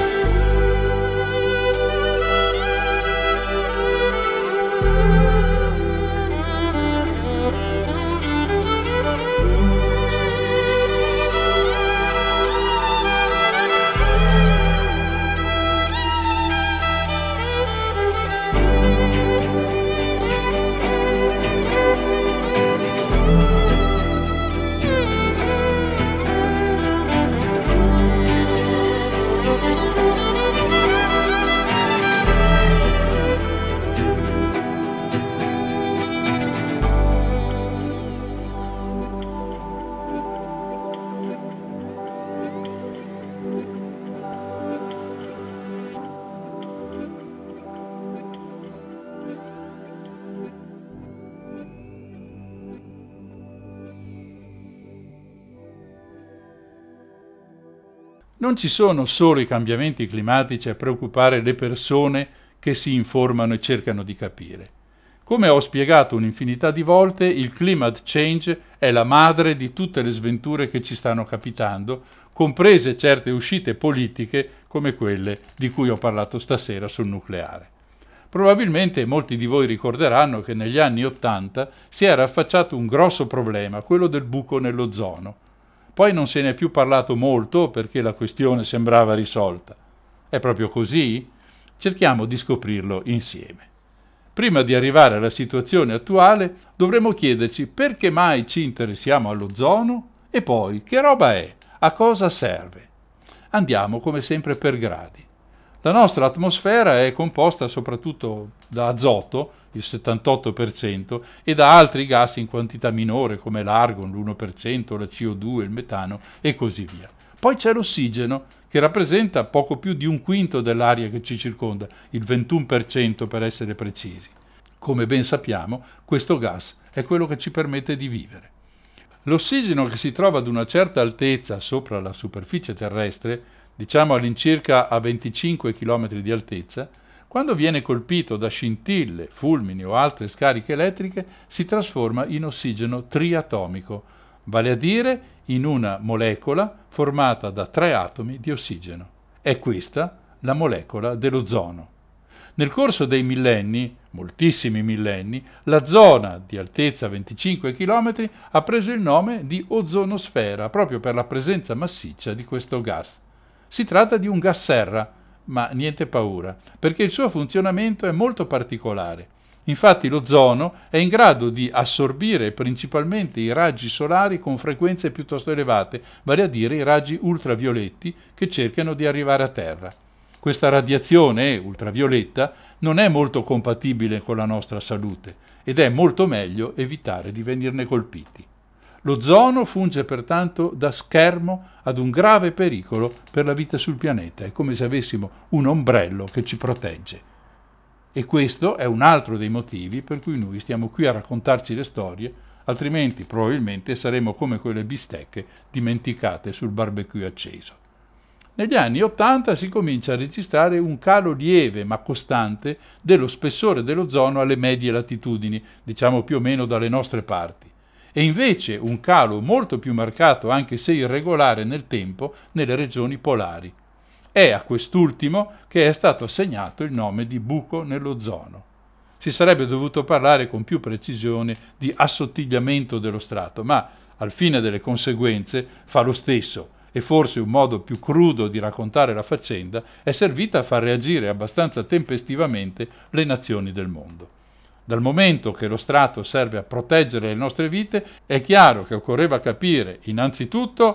Non ci sono solo i cambiamenti climatici a preoccupare le persone che si informano e cercano di capire. Come ho spiegato un'infinità di volte, il climate change è la madre di tutte le sventure che ci stanno capitando, comprese certe uscite politiche come quelle di cui ho parlato stasera sul nucleare. Probabilmente molti di voi ricorderanno che negli anni '80 si era affacciato un grosso problema, quello del buco nell'ozono. Poi non se ne è più parlato molto perché la questione sembrava risolta. È proprio così? Cerchiamo di scoprirlo insieme. Prima di arrivare alla situazione attuale, dovremmo chiederci perché mai ci interessiamo all'ozono e poi che roba è, a cosa serve. Andiamo come sempre per gradi. La nostra atmosfera è composta soprattutto da azoto, il 78%, e da altri gas in quantità minore come l'argon, l'1%, la CO2, il metano e così via. Poi c'è l'ossigeno, che rappresenta poco più di un quinto dell'aria che ci circonda, il 21% per essere precisi. Come ben sappiamo, questo gas è quello che ci permette di vivere. L'ossigeno che si trova ad una certa altezza sopra la superficie terrestre, diciamo all'incirca a 25 km di altezza, quando viene colpito da scintille, fulmini o altre scariche elettriche, si trasforma in ossigeno triatomico, vale a dire in una molecola formata da 3 atomi di ossigeno. È questa la molecola dell'ozono. Nel corso dei millenni, moltissimi millenni, la zona di altezza 25 km ha preso il nome di ozonosfera, proprio per la presenza massiccia di questo gas. Si tratta di un gas serra, ma niente paura, perché il suo funzionamento è molto particolare. Infatti l'ozono è in grado di assorbire principalmente i raggi solari con frequenze piuttosto elevate, vale a dire i raggi ultravioletti che cercano di arrivare a terra. Questa radiazione ultravioletta non è molto compatibile con la nostra salute ed è molto meglio evitare di venirne colpiti. L'ozono funge pertanto da schermo ad un grave pericolo per la vita sul pianeta, è come se avessimo un ombrello che ci protegge. E questo è un altro dei motivi per cui noi stiamo qui a raccontarci le storie, altrimenti probabilmente saremo come quelle bistecche dimenticate sul barbecue acceso. Negli anni '80 si comincia a registrare un calo lieve ma costante dello spessore dell'ozono alle medie latitudini, diciamo più o meno dalle nostre parti, e invece un calo molto più marcato, anche se irregolare nel tempo, nelle regioni polari. È a quest'ultimo che è stato assegnato il nome di buco nell'ozono. Si sarebbe dovuto parlare con più precisione di assottigliamento dello strato, ma al fine delle conseguenze fa lo stesso, e forse un modo più crudo di raccontare la faccenda è servita a far reagire abbastanza tempestivamente le nazioni del mondo. Dal momento che lo strato serve a proteggere le nostre vite, è chiaro che occorreva capire innanzitutto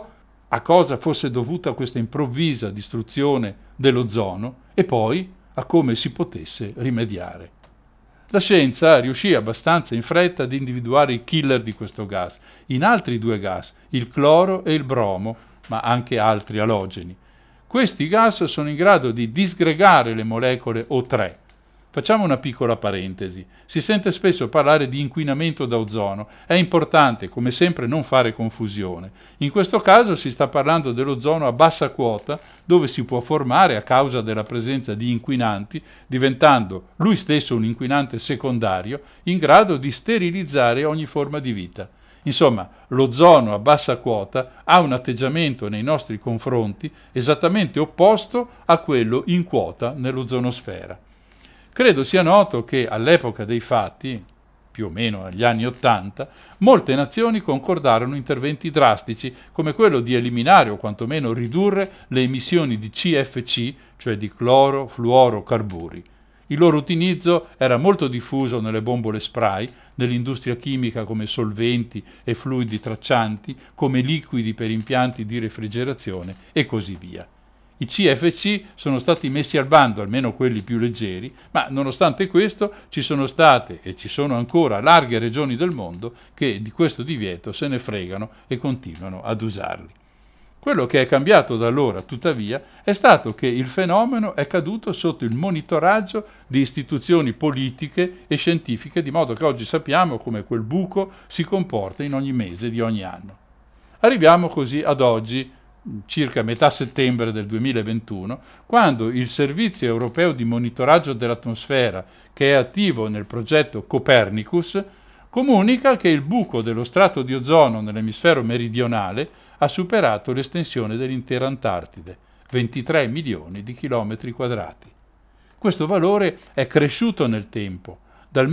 a cosa fosse dovuta questa improvvisa distruzione dell'ozono e poi a come si potesse rimediare. La scienza riuscì abbastanza in fretta ad individuare il killer di questo gas, in altri due gas, il cloro e il bromo, ma anche altri alogeni. Questi gas sono in grado di disgregare le molecole O3. Facciamo una piccola parentesi. Si sente spesso parlare di inquinamento da ozono. È importante, come sempre, non fare confusione. In questo caso si sta parlando dell'ozono a bassa quota, dove si può formare a causa della presenza di inquinanti, diventando lui stesso un inquinante secondario, in grado di sterilizzare ogni forma di vita. Insomma, l'ozono a bassa quota ha un atteggiamento nei nostri confronti esattamente opposto a quello in quota nell'ozonosfera. Credo sia noto che all'epoca dei fatti, più o meno agli anni '80, molte nazioni concordarono interventi drastici come quello di eliminare o quantomeno ridurre le emissioni di CFC, cioè di clorofluorocarburi. Il loro utilizzo era molto diffuso nelle bombole spray, nell'industria chimica come solventi e fluidi traccianti, come liquidi per impianti di refrigerazione e così via. I CFC sono stati messi al bando, almeno quelli più leggeri, ma nonostante questo ci sono state e ci sono ancora larghe regioni del mondo che di questo divieto se ne fregano e continuano ad usarli. Quello che è cambiato da allora, tuttavia, è stato che il fenomeno è caduto sotto il monitoraggio di istituzioni politiche e scientifiche, di modo che oggi sappiamo come quel buco si comporta in ogni mese di ogni anno. Arriviamo così ad oggi, circa metà settembre del 2021, quando il Servizio Europeo di Monitoraggio dell'Atmosfera, che è attivo nel progetto Copernicus, comunica che il buco dello strato di ozono nell'emisfero meridionale ha superato l'estensione dell'intera Antartide, 23 milioni di chilometri quadrati. Questo valore è cresciuto nel tempo. Dal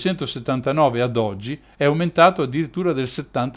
1979 ad oggi è aumentato addirittura del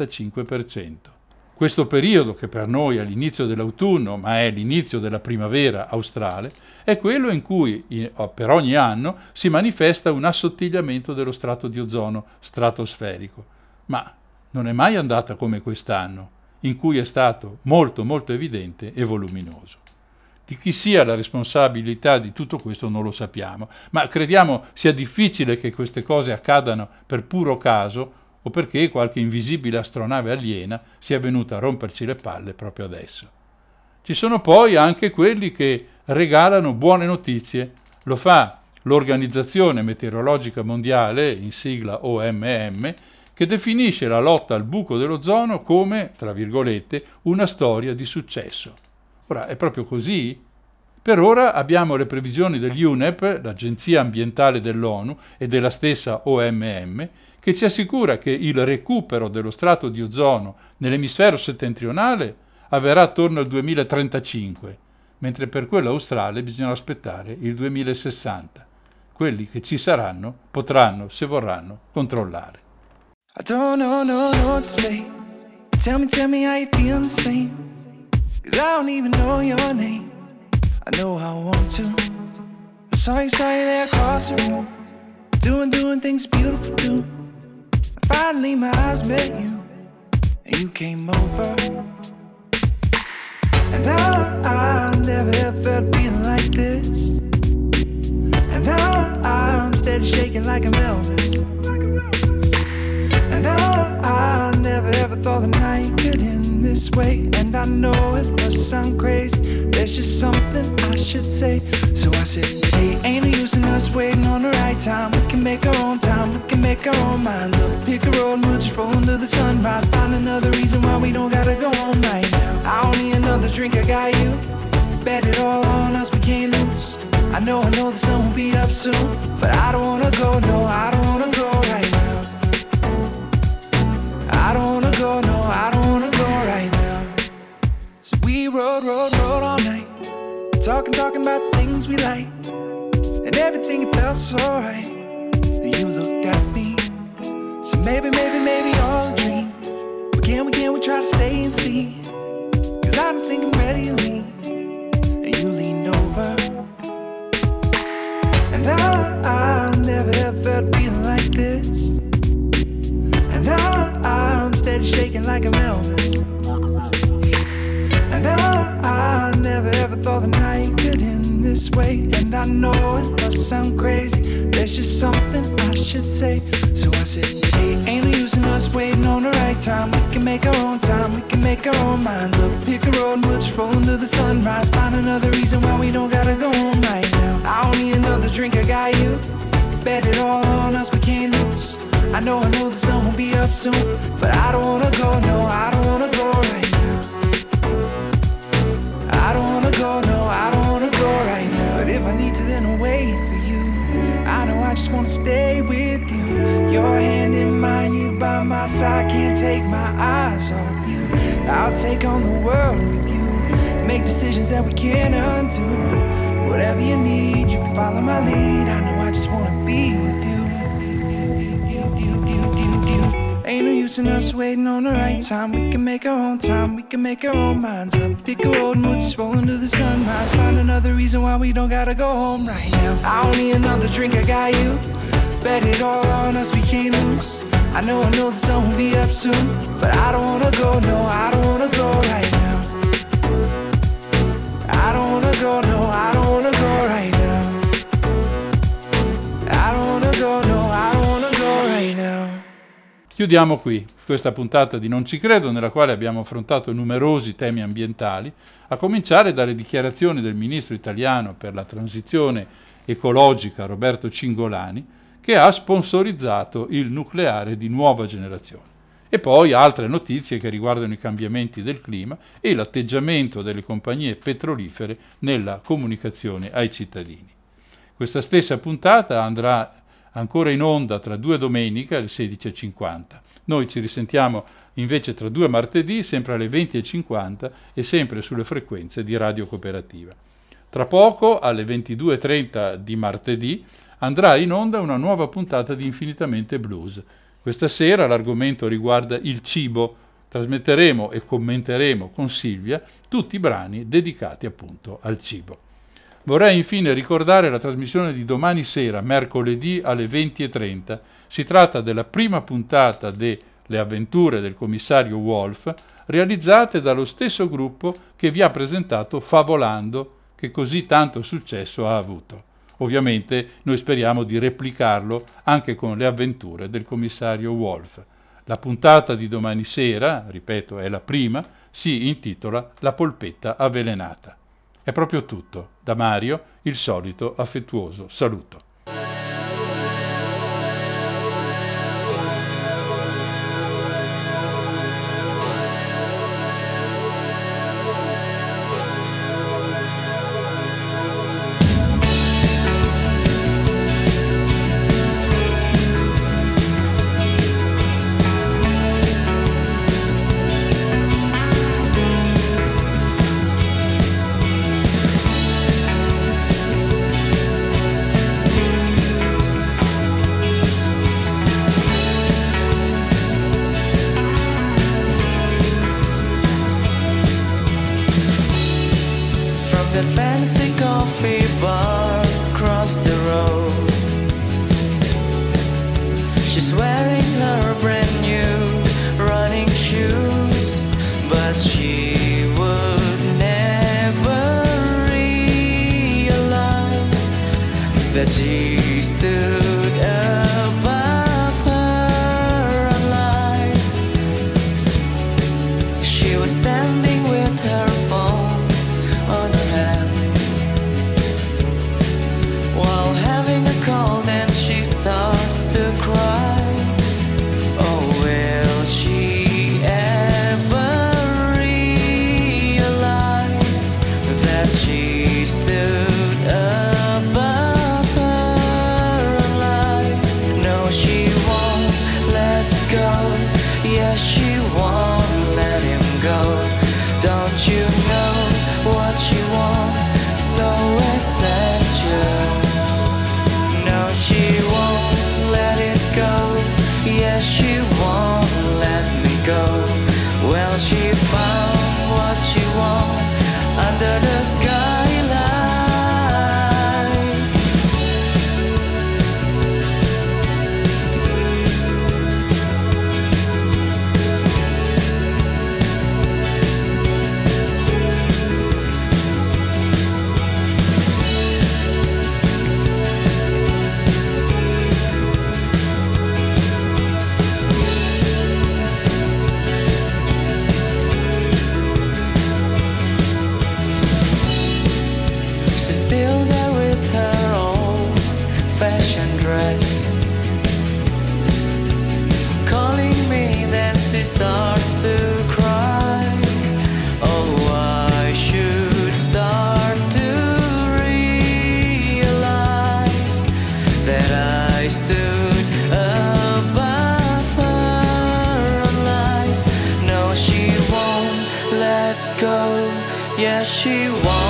75%. Questo periodo, che per noi è l'inizio dell'autunno, ma è l'inizio della primavera australe, è quello in cui per ogni anno si manifesta un assottigliamento dello strato di ozono stratosferico. Ma non è mai andata come quest'anno, in cui è stato molto molto evidente e voluminoso. Di chi sia la responsabilità di tutto questo non lo sappiamo, ma crediamo sia difficile che queste cose accadano per puro caso o perché qualche invisibile astronave aliena sia venuta a romperci le palle proprio adesso. Ci sono poi anche quelli che regalano buone notizie. Lo fa l'Organizzazione Meteorologica Mondiale, in sigla OMM, che definisce la lotta al buco dell'ozono come, tra virgolette, una storia di successo. Ora, è proprio così? Per ora abbiamo le previsioni dell'UNEP, l'Agenzia Ambientale dell'ONU, e della stessa OMM, che ci assicura che il recupero dello strato di ozono nell'emisfero settentrionale avverrà attorno al 2035, mentre per quello australe bisogna aspettare il 2060. Quelli che ci saranno potranno, se vorranno, controllare. I don't know what to say. Tell me how you feel the same. 'Cause I don't even know your name. I know I want to. I saw you there across the room, doing things beautiful do. Finally my eyes met you, and you came over. And now I never ever felt feeling like this. And now I'm steady shaking like I'm Elvis. And now I never ever thought the night could end this way. And I know it must sound crazy, there's just something I should say. So I said, hey, ain't no use in us waiting on the right time. We can make our own time, we can make our own minds up. Pick a road and we'll just roll into the sunrise. Find another reason why we don't gotta go on right now. I don't need another drink, I got you. Bet it all on us, we can't lose. I know the sun will be up soon, but I don't wanna go, no, I don't wanna go right now. I don't wanna go, no, I don't wanna go right now. So we rode all night, talking about things we liked, and everything it felt so right. Then you looked at me, so maybe all a dream. But can we try to stay and see? 'Cause I don't think I'm ready to leave. And you leaned over, and I never ever felt feeling like this. And now I'm steady shaking like I'm Elvis. I never ever thought the night could end this way, and I know it must sound crazy. There's just something I should say. So I said, hey, ain't no use in us waiting on the right time. We can make our own time, we can make our own minds up. Pick a road and we'll just roll into the sunrise. Find another reason why we don't gotta go home right now. I don't need another drink, I got you. Bet it all on us, we can't lose. I know the sun will be up soon, but I don't wanna go, no, I don't wanna go right now. I don't wanna go, no, I don't wanna go right now. But if I need to, then I'll wait for you. I know I just wanna stay with you. Your hand in mine, you by my side, can't take my eyes off you. I'll take on the world with you, make decisions that we can't undo. Whatever you need, you can follow my lead. I know I just wanna be with you. Ain't no use in us waiting on the right time. We can make our own time, we can make our own minds up. Pick a road and we'll just roll into the sunrise. Find another reason why we don't gotta go home right now. I don't need another drink, I got you. Bet it all on us, we can't lose. I know the sun will be up soon, but I don't wanna go, no, I don't wanna go right now. I don't wanna go, no, I don't wanna go right now. I don't wanna go, no, I don't wanna go right now. Chiudiamo qui questa puntata di Non ci credo, nella quale abbiamo affrontato numerosi temi ambientali, a cominciare dalle dichiarazioni del ministro italiano per la transizione ecologica Roberto Cingolani, che ha sponsorizzato il nucleare di nuova generazione. E poi altre notizie che riguardano i cambiamenti del clima e l'atteggiamento delle compagnie petrolifere nella comunicazione ai cittadini. Questa stessa puntata andrà ancora in onda tra 2 domeniche alle 16:50. Noi ci risentiamo invece tra 2 martedì, sempre alle 20:50 e sempre sulle frequenze di Radio Cooperativa. Tra poco, alle 22:30 di martedì, andrà in onda una nuova puntata di Infinitamente Blues. Questa sera l'argomento riguarda il cibo. Trasmetteremo e commenteremo con Silvia tutti i brani dedicati appunto al cibo. Vorrei infine ricordare la trasmissione di domani sera, mercoledì alle 20:30. Si tratta della prima puntata de Le avventure del commissario Wolf, realizzate dallo stesso gruppo che vi ha presentato Favolando, che così tanto successo ha avuto. Ovviamente noi speriamo di replicarlo anche con le avventure del commissario Wolf. La puntata di domani sera, ripeto, è la prima, si intitola La polpetta avvelenata. È proprio tutto. Da Mario, il solito affettuoso saluto. starts to cry. Oh, I should start to realize that I stood above her on lies. No, she won't let go. Yeah, she won't.